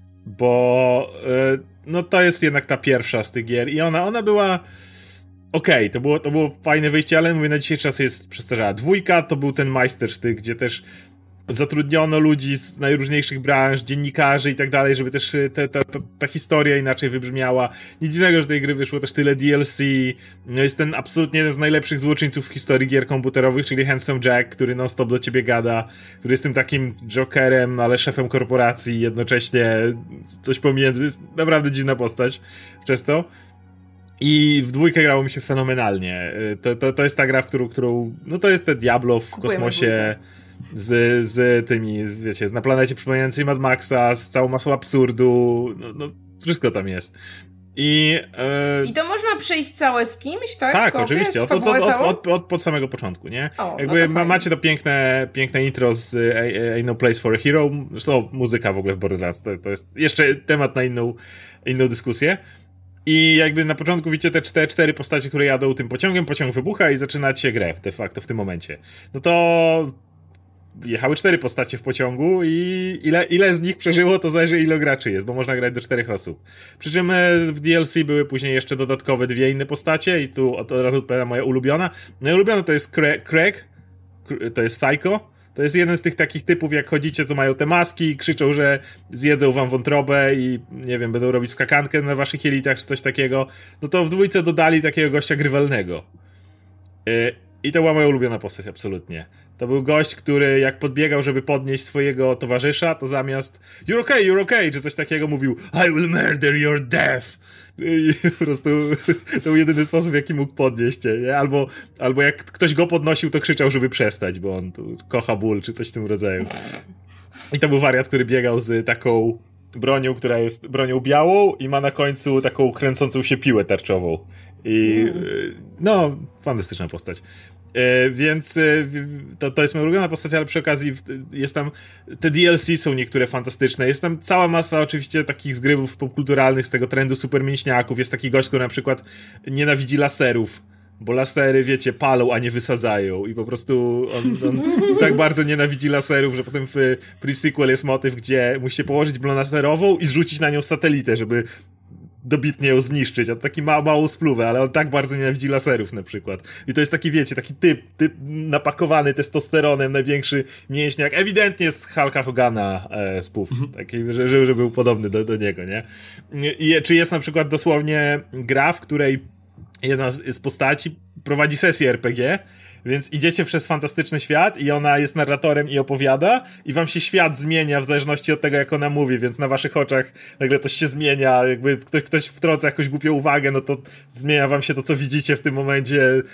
Bo e, no to jest jednak ta pierwsza z tych gier i ona, ona była... Okej, okay, to, było, to było fajne wyjście, ale mówię, na dzisiejszy czas jest przestarzała. Dwójka to był ten majstersztyk, gdzie też zatrudniono ludzi z najróżniejszych branż, dziennikarzy i tak dalej, żeby też te, ta, ta, ta historia inaczej wybrzmiała. Nic dziwnego, że tej gry wyszło też tyle D L C. No jest ten absolutnie jeden z najlepszych złoczyńców w historii gier komputerowych, czyli Handsome Jack, który non-stop do ciebie gada, który jest tym takim jokerem, ale szefem korporacji, jednocześnie coś pomiędzy. Jest naprawdę dziwna postać przez to. I w dwójkę grało mi się fenomenalnie. To, to, to jest ta gra, w którą, którą... No to jest te Diablo w Kupujemy kosmosie z, z tymi, z, wiecie, na planecie przypominającej Mad Maxa, z całą masą absurdu. No, no wszystko tam jest. I, e... I to można przejść całe z kimś, tak? Tak, oczywiście. Od, od, od, od, od, od samego początku, nie? O, Jakby no to macie to piękne, piękne intro z Ain't No Place for a Hero. Zresztą muzyka w ogóle w Borderlands. To, to jest jeszcze temat na inną, inną dyskusję. I jakby na początku widzicie te cztery, cztery postacie, które jadą tym pociągiem, pociąg wybucha i zaczynacie grę de facto w tym momencie. No to jechały cztery postacie w pociągu i ile, ile z nich przeżyło, to zależy ile graczy jest, bo można grać do czterech osób. Przy czym w D L C były później jeszcze dodatkowe dwie inne postacie i tu od razu odpowiada moja ulubiona. Moja ulubiona to jest Craig, to jest Psycho. To jest jeden z tych takich typów, jak chodzicie, co mają te maski i krzyczą, że zjedzą wam wątrobę i, nie wiem, będą robić skakankę na waszych jelitach, czy coś takiego. No to w dwójce dodali takiego gościa grywalnego. Yy, I to była moja ulubiona postać, absolutnie. To był gość, który jak podbiegał, żeby podnieść swojego towarzysza, to zamiast you're okay, you're okay, czy coś takiego mówił I will murder your death. I po prostu to był jedyny sposób, w jaki mógł podnieść cię, nie? Albo, albo jak ktoś go podnosił, to krzyczał, żeby przestać, bo on tu kocha ból, czy coś w tym rodzaju. I to był wariat, który biegał z taką bronią, która jest bronią białą i ma na końcu taką kręcącą się piłę tarczową. I mm. no, fantastyczna postać. E, więc e, to, to jest moja ulubiona postać, ale przy okazji jest tam, te D L C są niektóre fantastyczne, jest tam cała masa oczywiście takich zgrywów popkulturalnych z tego trendu supermięśniaków, jest taki gość, który na przykład nienawidzi laserów, bo lasery, wiecie, palą, a nie wysadzają i po prostu on, on tak bardzo nienawidzi laserów, że potem w pre-sequel jest motyw, gdzie musicie położyć broń laserową i zrzucić na nią satelitę, żeby dobitnie ją zniszczyć, a taki ma, małą spluwę, ale on tak bardzo nienawidzi laserów na przykład. I to jest taki, wiecie, taki typ, typ napakowany testosteronem, największy mięśniak, ewidentnie z Hulka Hogana e, spów, taki, że, że, że był podobny do, do niego, nie? I, czy jest na przykład dosłownie gra, w której jedna z, z postaci prowadzi sesję R P G, więc idziecie przez fantastyczny świat i ona jest narratorem i opowiada i wam się świat zmienia w zależności od tego, jak ona mówi, więc na waszych oczach nagle coś się zmienia, jakby ktoś, ktoś wtrąca jakąś głupią uwagę, no to zmienia wam się to, co widzicie w tym momencie,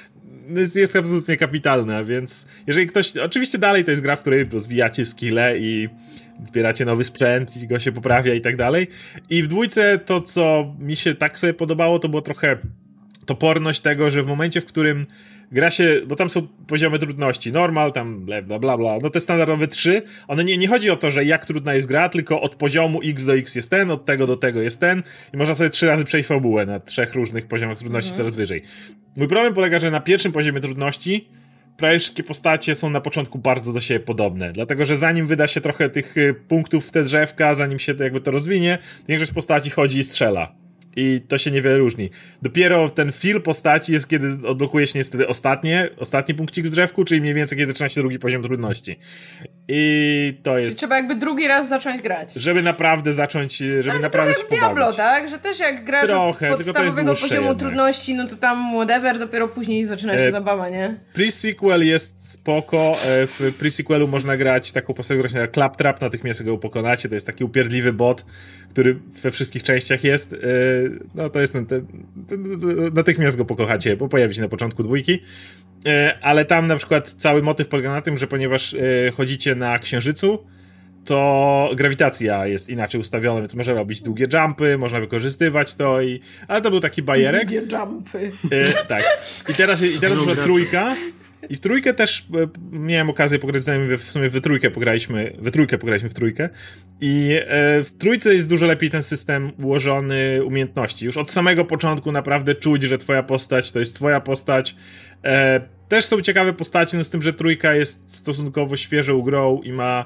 jest, jest absolutnie kapitalna, więc jeżeli ktoś, oczywiście dalej to jest gra, w której rozwijacie skille i zbieracie nowy sprzęt i go się poprawia i tak dalej. I w dwójce to, co mi się tak sobie podobało, to było trochę toporność tego, że w momencie, w którym gra się, bo tam są poziomy trudności, normal, tam bla bla bla, no te standardowe trzy, one nie, nie chodzi o to, że jak trudna jest gra, tylko od poziomu X do X jest ten, od tego do tego jest ten i można sobie trzy razy przejść fabułę na trzech różnych poziomach trudności, mhm. coraz wyżej. Mój problem polega, że na pierwszym poziomie trudności prawie wszystkie postacie są na początku bardzo do siebie podobne, dlatego, że zanim wyda się trochę tych punktów w te drzewka, zanim się to jakby to rozwinie, większość postaci chodzi i strzela. I to się niewiele różni. Dopiero ten feel postaci jest, kiedy odblokuje się niestety ostatnie, ostatni punkcik w drzewku, czyli mniej więcej, kiedy zaczyna się drugi poziom trudności. I to jest... Czyli trzeba jakby drugi raz zacząć grać. Żeby naprawdę zacząć, żeby ale naprawdę się pobawić. Diablo, tak? Że też jak grasz trochę, od podstawowego poziomu jednak. trudności, no to tam whatever, dopiero później zaczyna się e, zabawa, nie? Pre-sequel jest spoko. W pre-sequelu można grać taką postacią, która się nazywa Claptrap, natychmiast go pokonacie. To jest taki upierdliwy bot, który we wszystkich częściach jest. No to jest ten, ten, ten, natychmiast go pokochacie, bo pojawi się na początku dwójki. Ale tam na przykład cały motyw polega na tym, że ponieważ chodzicie na Księżycu, to grawitacja jest inaczej ustawiona, więc można robić długie jumpy, można wykorzystywać to i... Ale to był taki bajerek. Długie jumpy. E, tak. I teraz, i teraz już trójka. I w trójkę też e, miałem okazję pograć z nami, w sumie we trójkę pograliśmy, we trójkę pograliśmy w trójkę. I e, w trójce jest dużo lepiej ten system ułożony umiejętności. Już od samego początku naprawdę czuć, że twoja postać to jest twoja postać. E, też są ciekawe postacie, no z tym, że trójka jest stosunkowo świeżą grą i ma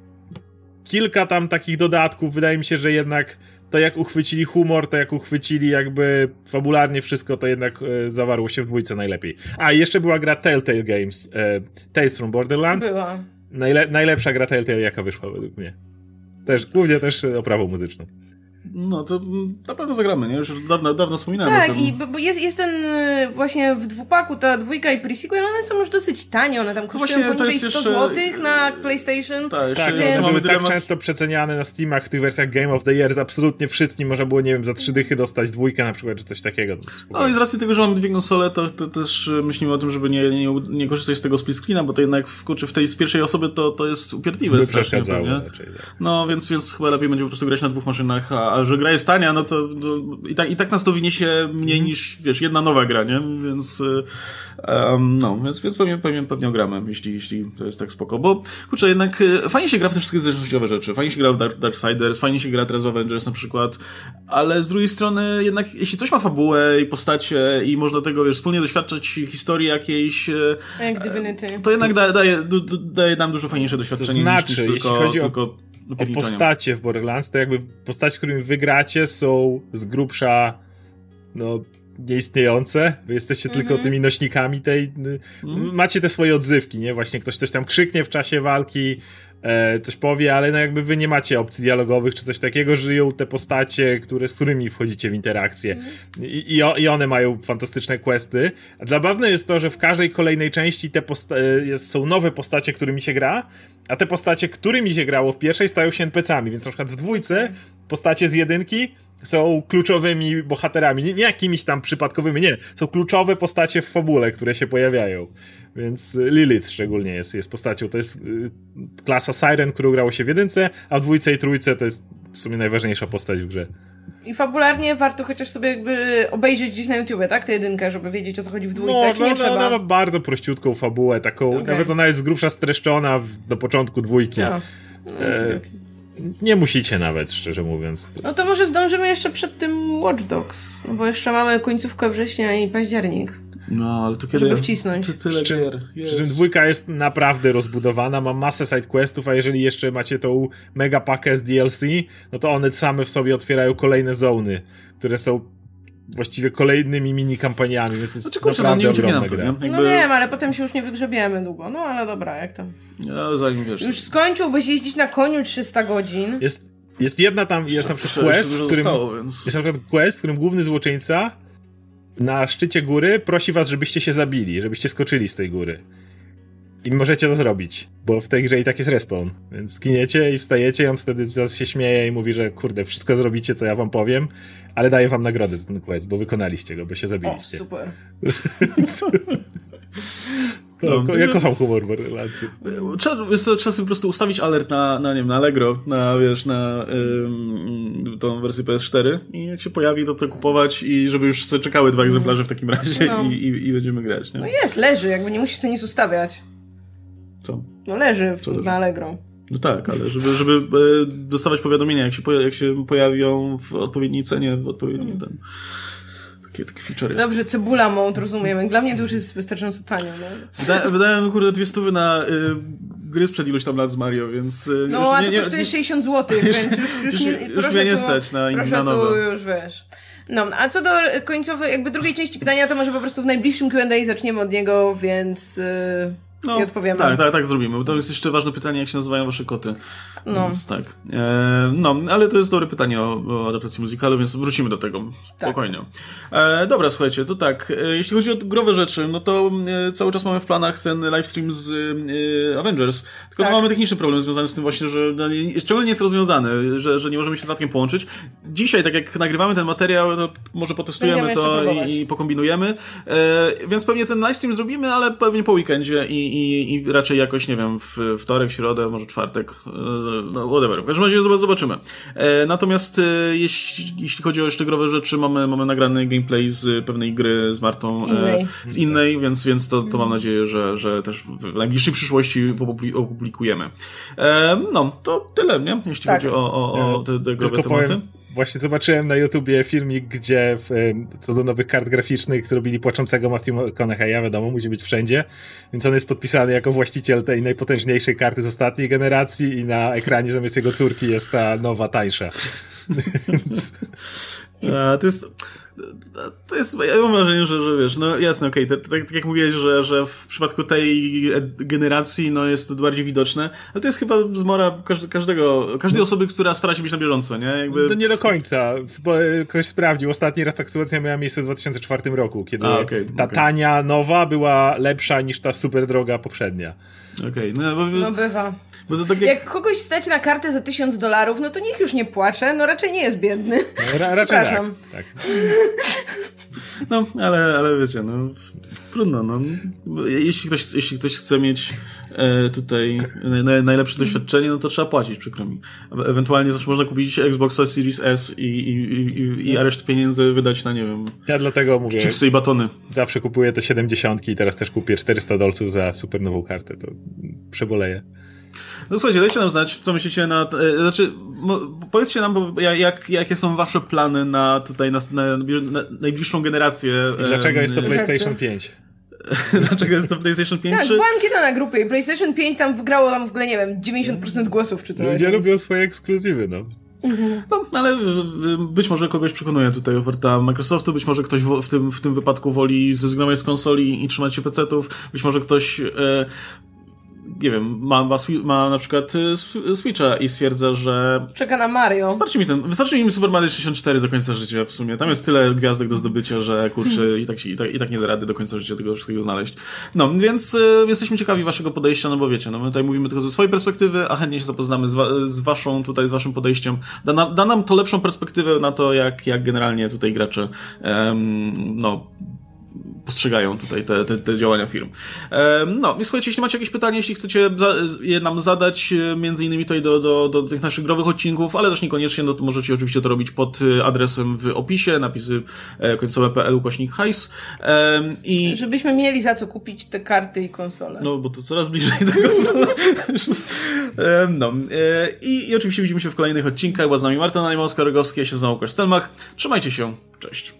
kilka tam takich dodatków. Wydaje mi się, że jednak to jak uchwycili humor, to jak uchwycili jakby fabularnie wszystko, to jednak e, zawarło się w dwójce najlepiej. A, i jeszcze była gra Telltale Games, e, Tales from Borderlands. Była. Najle- najlepsza gra Telltale, jaka wyszła według mnie. Też, głównie też oprawą muzyczną. No to na pewno zagramy, nie? Już dawno, dawno wspominałem tak, o tym. i bo jest, jest ten właśnie w dwupaku ta dwójka i pre-sequel, one są już dosyć tanie, one tam kosztują Właśnie, poniżej sto jeszcze... złotych na PlayStation. Tak, tak więc... one były tak dylemat... często przeceniane na Steamach w tych wersjach Game of the Year, z absolutnie wszystkim można było, nie wiem, za trzy dychy dostać dwójkę na przykład, czy coś takiego. No i z racji tego, że mamy dwie konsole, to, to też myślimy o tym, żeby nie, nie, nie korzystać z tego split screena, bo to jednak w, kurczę, w tej z pierwszej osoby to, to jest upierdliwe by strasznie. Raczej, tak. No więc, więc chyba lepiej będzie po prostu grać na dwóch maszynach, a, a że gra jest tania, no to, to i, tak, i tak nas to wyniesie mniej mm. niż, wiesz, jedna nowa gra, nie? Więc um, no, więc, więc pewnie, pewnie, pewnie ogramy, jeśli, jeśli to jest tak spoko, bo kurczę, jednak fajnie się gra w te wszystkie zręcznościowe rzeczy, fajnie się gra w Dark, Darksiders, fajnie się gra teraz w Avengers na przykład, ale z drugiej strony jednak, jeśli coś ma fabułę i postacie i można tego, wiesz, wspólnie doświadczać historii jakiejś, jak Divinity, to jednak daje, daje, daje nam dużo fajniejsze doświadczenie to znaczy, niż, niż tylko, jeśli chodzi tylko o... O postacie w Borderlands, to jakby postacie, którymi wygracie, są z grubsza no, nieistniejące. Wy jesteście mm-hmm. tylko tymi nośnikami tej... Mm. Macie te swoje odzywki, nie? Właśnie ktoś coś tam krzyknie w czasie walki, e, coś powie, ale no jakby wy nie macie opcji dialogowych czy coś takiego. Żyją te postacie, które, z którymi wchodzicie w interakcję. Mm. I, i, o, I one mają fantastyczne questy. A zabawne jest to, że w każdej kolejnej części te posta- jest, są nowe postacie, którymi się gra, a te postacie, którymi się grało w pierwszej, stają się en pe ce ami, więc na przykład w dwójce postacie z jedynki są kluczowymi bohaterami, nie, nie jakimiś tam przypadkowymi, nie, są kluczowe postacie w fabule, które się pojawiają, więc Lilith szczególnie jest, jest postacią, to jest y, klasa Siren, którą grało się w jedynce, a w dwójce i trójce to jest w sumie najważniejsza postać w grze. I fabularnie warto chociaż sobie jakby obejrzeć gdzieś na YouTubie, tak? Tę jedynkę, żeby wiedzieć, o co chodzi w dwójce. No, jak no, nie no, trzeba. Ona ma bardzo prościutką fabułę, taką, okay. Nawet ona jest z grubsza streszczona w, do początku dwójki. No. No, e, okay, okay. Nie musicie nawet, szczerze mówiąc. No to może zdążymy jeszcze przed tym Watch Dogs, no bo jeszcze mamy końcówkę września i październik. No, ale to kiedy... Żeby wcisnąć. To tyle przy, czym, przy czym dwójka jest naprawdę rozbudowana, ma masę sidequestów, a jeżeli jeszcze macie tą mega pakę z D L C, no to one same w sobie otwierają kolejne zony, które są właściwie kolejnymi mini-kampaniami, więc jest znaczy, kurczę, naprawdę no, ogromna gra. Nie? Jakby... No wiem, ale potem się już nie wygrzebiemy długo. No ale dobra, jak tam? Ja, zanim wiesz... Już skończyłbyś jeździć na koniu trzysta godzin. Jest, jest jedna tam, jest na przykład quest, w którym, zostało, więc... jest na przykład quest, w którym główny złoczyńca na szczycie góry prosi was, żebyście się zabili, żebyście skoczyli z tej góry. I możecie to zrobić, bo w tej grze i tak jest respawn. Więc zginiecie i wstajecie i on wtedy zaraz się śmieje i mówi, że kurde, wszystko zrobicie, co ja wam powiem, ale daję wam nagrodę za ten quest, bo wykonaliście go, bo się zabiliście. O, super. To, no, ja kocham humor Borderlandsy. Trzeba, trzeba sobie po prostu ustawić alert na, na, nie wiem, na Allegro, na, wiesz, na ym, tą wersję P S cztery i jak się pojawi, to to kupować i żeby już sobie czekały dwa egzemplarze w takim razie no. i, i, i będziemy grać. Nie? No jest, leży, jakby nie musisz sobie nic ustawiać. Co? No leży w, Co leży? na Allegro. No tak, ale żeby, żeby e, dostawać powiadomienia, jak się, poja- jak się pojawią w odpowiedniej cenie, w odpowiednim ten... Takie, takie feature jest. Dobrze, cebula mode, rozumiem. Dla mnie to już jest wystarczająco tanio. No. Wyda- wydałem, kurde, dwie stówy na y, gry sprzed iluś tam lat z Mario, więc... Y, no, już, a nie, to nie, kosztuje nie, sześćdziesiąt złotych, więc już, już, już, nie... już proszę mnie nie tu, stać na, proszę na nowe. tu już, wiesz... No, a co do końcowej, jakby drugiej części pytania, to może po prostu w najbliższym Q and A zaczniemy od niego, więc... Y- No, i odpowiemy. Tak, tak, tak zrobimy. Bo to jest jeszcze ważne pytanie, jak się nazywają wasze koty. No. Więc tak. E, no, ale to jest dobre pytanie o, o adaptacji muzykalu, więc wrócimy do tego. Spokojnie. Tak. E, dobra, słuchajcie, to tak. E, jeśli chodzi o growe rzeczy, no to e, cały czas mamy w planach ten livestream z e, Avengers. Tylko tak. no, mamy techniczny problem związany z tym właśnie, że no, ciągle nie jest rozwiązany, że, że nie możemy się z Natkiem połączyć. Dzisiaj, tak jak nagrywamy ten materiał, to może potestujemy to i, i pokombinujemy. E, więc pewnie ten livestream zrobimy, ale pewnie po weekendzie i I, i raczej jakoś, nie wiem, w wtorek, środę, może czwartek, no whatever. W każdym razie zobaczymy. E, natomiast e, jeśli, jeśli chodzi o jeszcze growe rzeczy, mamy, mamy nagrany gameplay z pewnej gry z Martą. Innej. E, z innej, więc, więc to, to mam nadzieję, że, że też w najbliższej przyszłości opublikujemy. E, no, to tyle, nie? Jeśli tak. chodzi o, o, o te, te growe Tylko tematy. Powiem... Właśnie zobaczyłem na YouTubie filmik, gdzie w, co do nowych kart graficznych zrobili płaczącego Matthew McConaughey'a, wiadomo, musi być wszędzie, więc on jest podpisany jako właściciel tej najpotężniejszej karty z ostatniej generacji i na ekranie zamiast jego córki jest ta nowa, tańsza. A, to jest... To jest, ja mam wrażenie, że, że wiesz, no jasne, okej, okay, tak, tak jak mówiłeś, że, że w przypadku tej generacji, no jest to bardziej widoczne, ale to jest chyba zmora każdego, każdej osoby, która stara się być na bieżąco, nie? Jakby... No nie do końca, bo ktoś sprawdził, ostatni raz ta sytuacja miała miejsce w dwa tysiące czwartym roku, kiedy A, okay, ta okay. tania, nowa była lepsza niż ta super droga poprzednia. Okej, okay, no, bo... no bywa. Bo to tak jak... jak kogoś stać na kartę za tysiąc dolarów, no to niech już nie płacze, no raczej nie jest biedny. No, ra- raczej tak, tak. No, ale, ale wiecie, no trudno, no. Jeśli ktoś, jeśli ktoś chce mieć e, tutaj na, najlepsze doświadczenie, no to trzeba płacić, przykro mi. Ewentualnie zawsze można kupić Xboxa Series S i, i, i, i a resztę pieniędzy wydać na, nie wiem, ja dlatego mówię, chipsy i batony. Zawsze kupuję te siedemdziesiątki i teraz też kupię czterysta dolców za super nową kartę, to przeboleję. No słuchajcie, dajcie nam znać, co myślicie na... E, znaczy, mo, powiedzcie nam, bo, jak, jakie są wasze plany na tutaj na, na, na najbliższą generację. I dlaczego e, jest to PlayStation pięć? Dlaczego jest to PlayStation pięć? Tak, czy... była ankieta na grupie i PlayStation pięć tam wygrało tam w ogóle, nie wiem, dziewięćdziesiąt procent głosów czy coś. Ludzie lubią swoje ekskluzywy, no. Mhm. No, ale być może kogoś przekonuje tutaj oferta Microsoftu, być może ktoś w tym, w tym wypadku woli zrezygnować z konsoli i trzymać się pecetów, być może ktoś... E, nie wiem, ma, ma, ma na przykład Switcha i stwierdza, że... Czeka na Mario. Wystarczy mi ten, wystarczy mi Super Mario sześćdziesiąt cztery do końca życia w sumie. Tam jest tyle gwiazdek do zdobycia, że kurczę, i tak, się, i tak, i tak nie da rady do końca życia tego wszystkiego znaleźć. No, więc y, jesteśmy ciekawi waszego podejścia, no bo wiecie, no my tutaj mówimy tylko ze swojej perspektywy, a chętnie się zapoznamy z, wa z waszą tutaj, z waszym podejściem. Da, na, da nam to lepszą perspektywę na to, jak, jak generalnie tutaj gracze um, no postrzegają tutaj te, te, te działania firm. No i słuchajcie, jeśli macie jakieś pytania, jeśli chcecie za, je nam zadać, między innymi tutaj do, do, do tych naszych growych odcinków, ale też niekoniecznie, no to możecie oczywiście to robić pod adresem w opisie, napisy końcowe kropka p l ukośnik hajs. I żebyśmy mieli za co kupić te karty i konsole. No, bo to coraz bliżej tego. No. I, I oczywiście widzimy się w kolejnych odcinkach. Była z nami Marta Najmowska-Rogowska, ja się nazywam Łukasz Stelmach. Trzymajcie się. Cześć.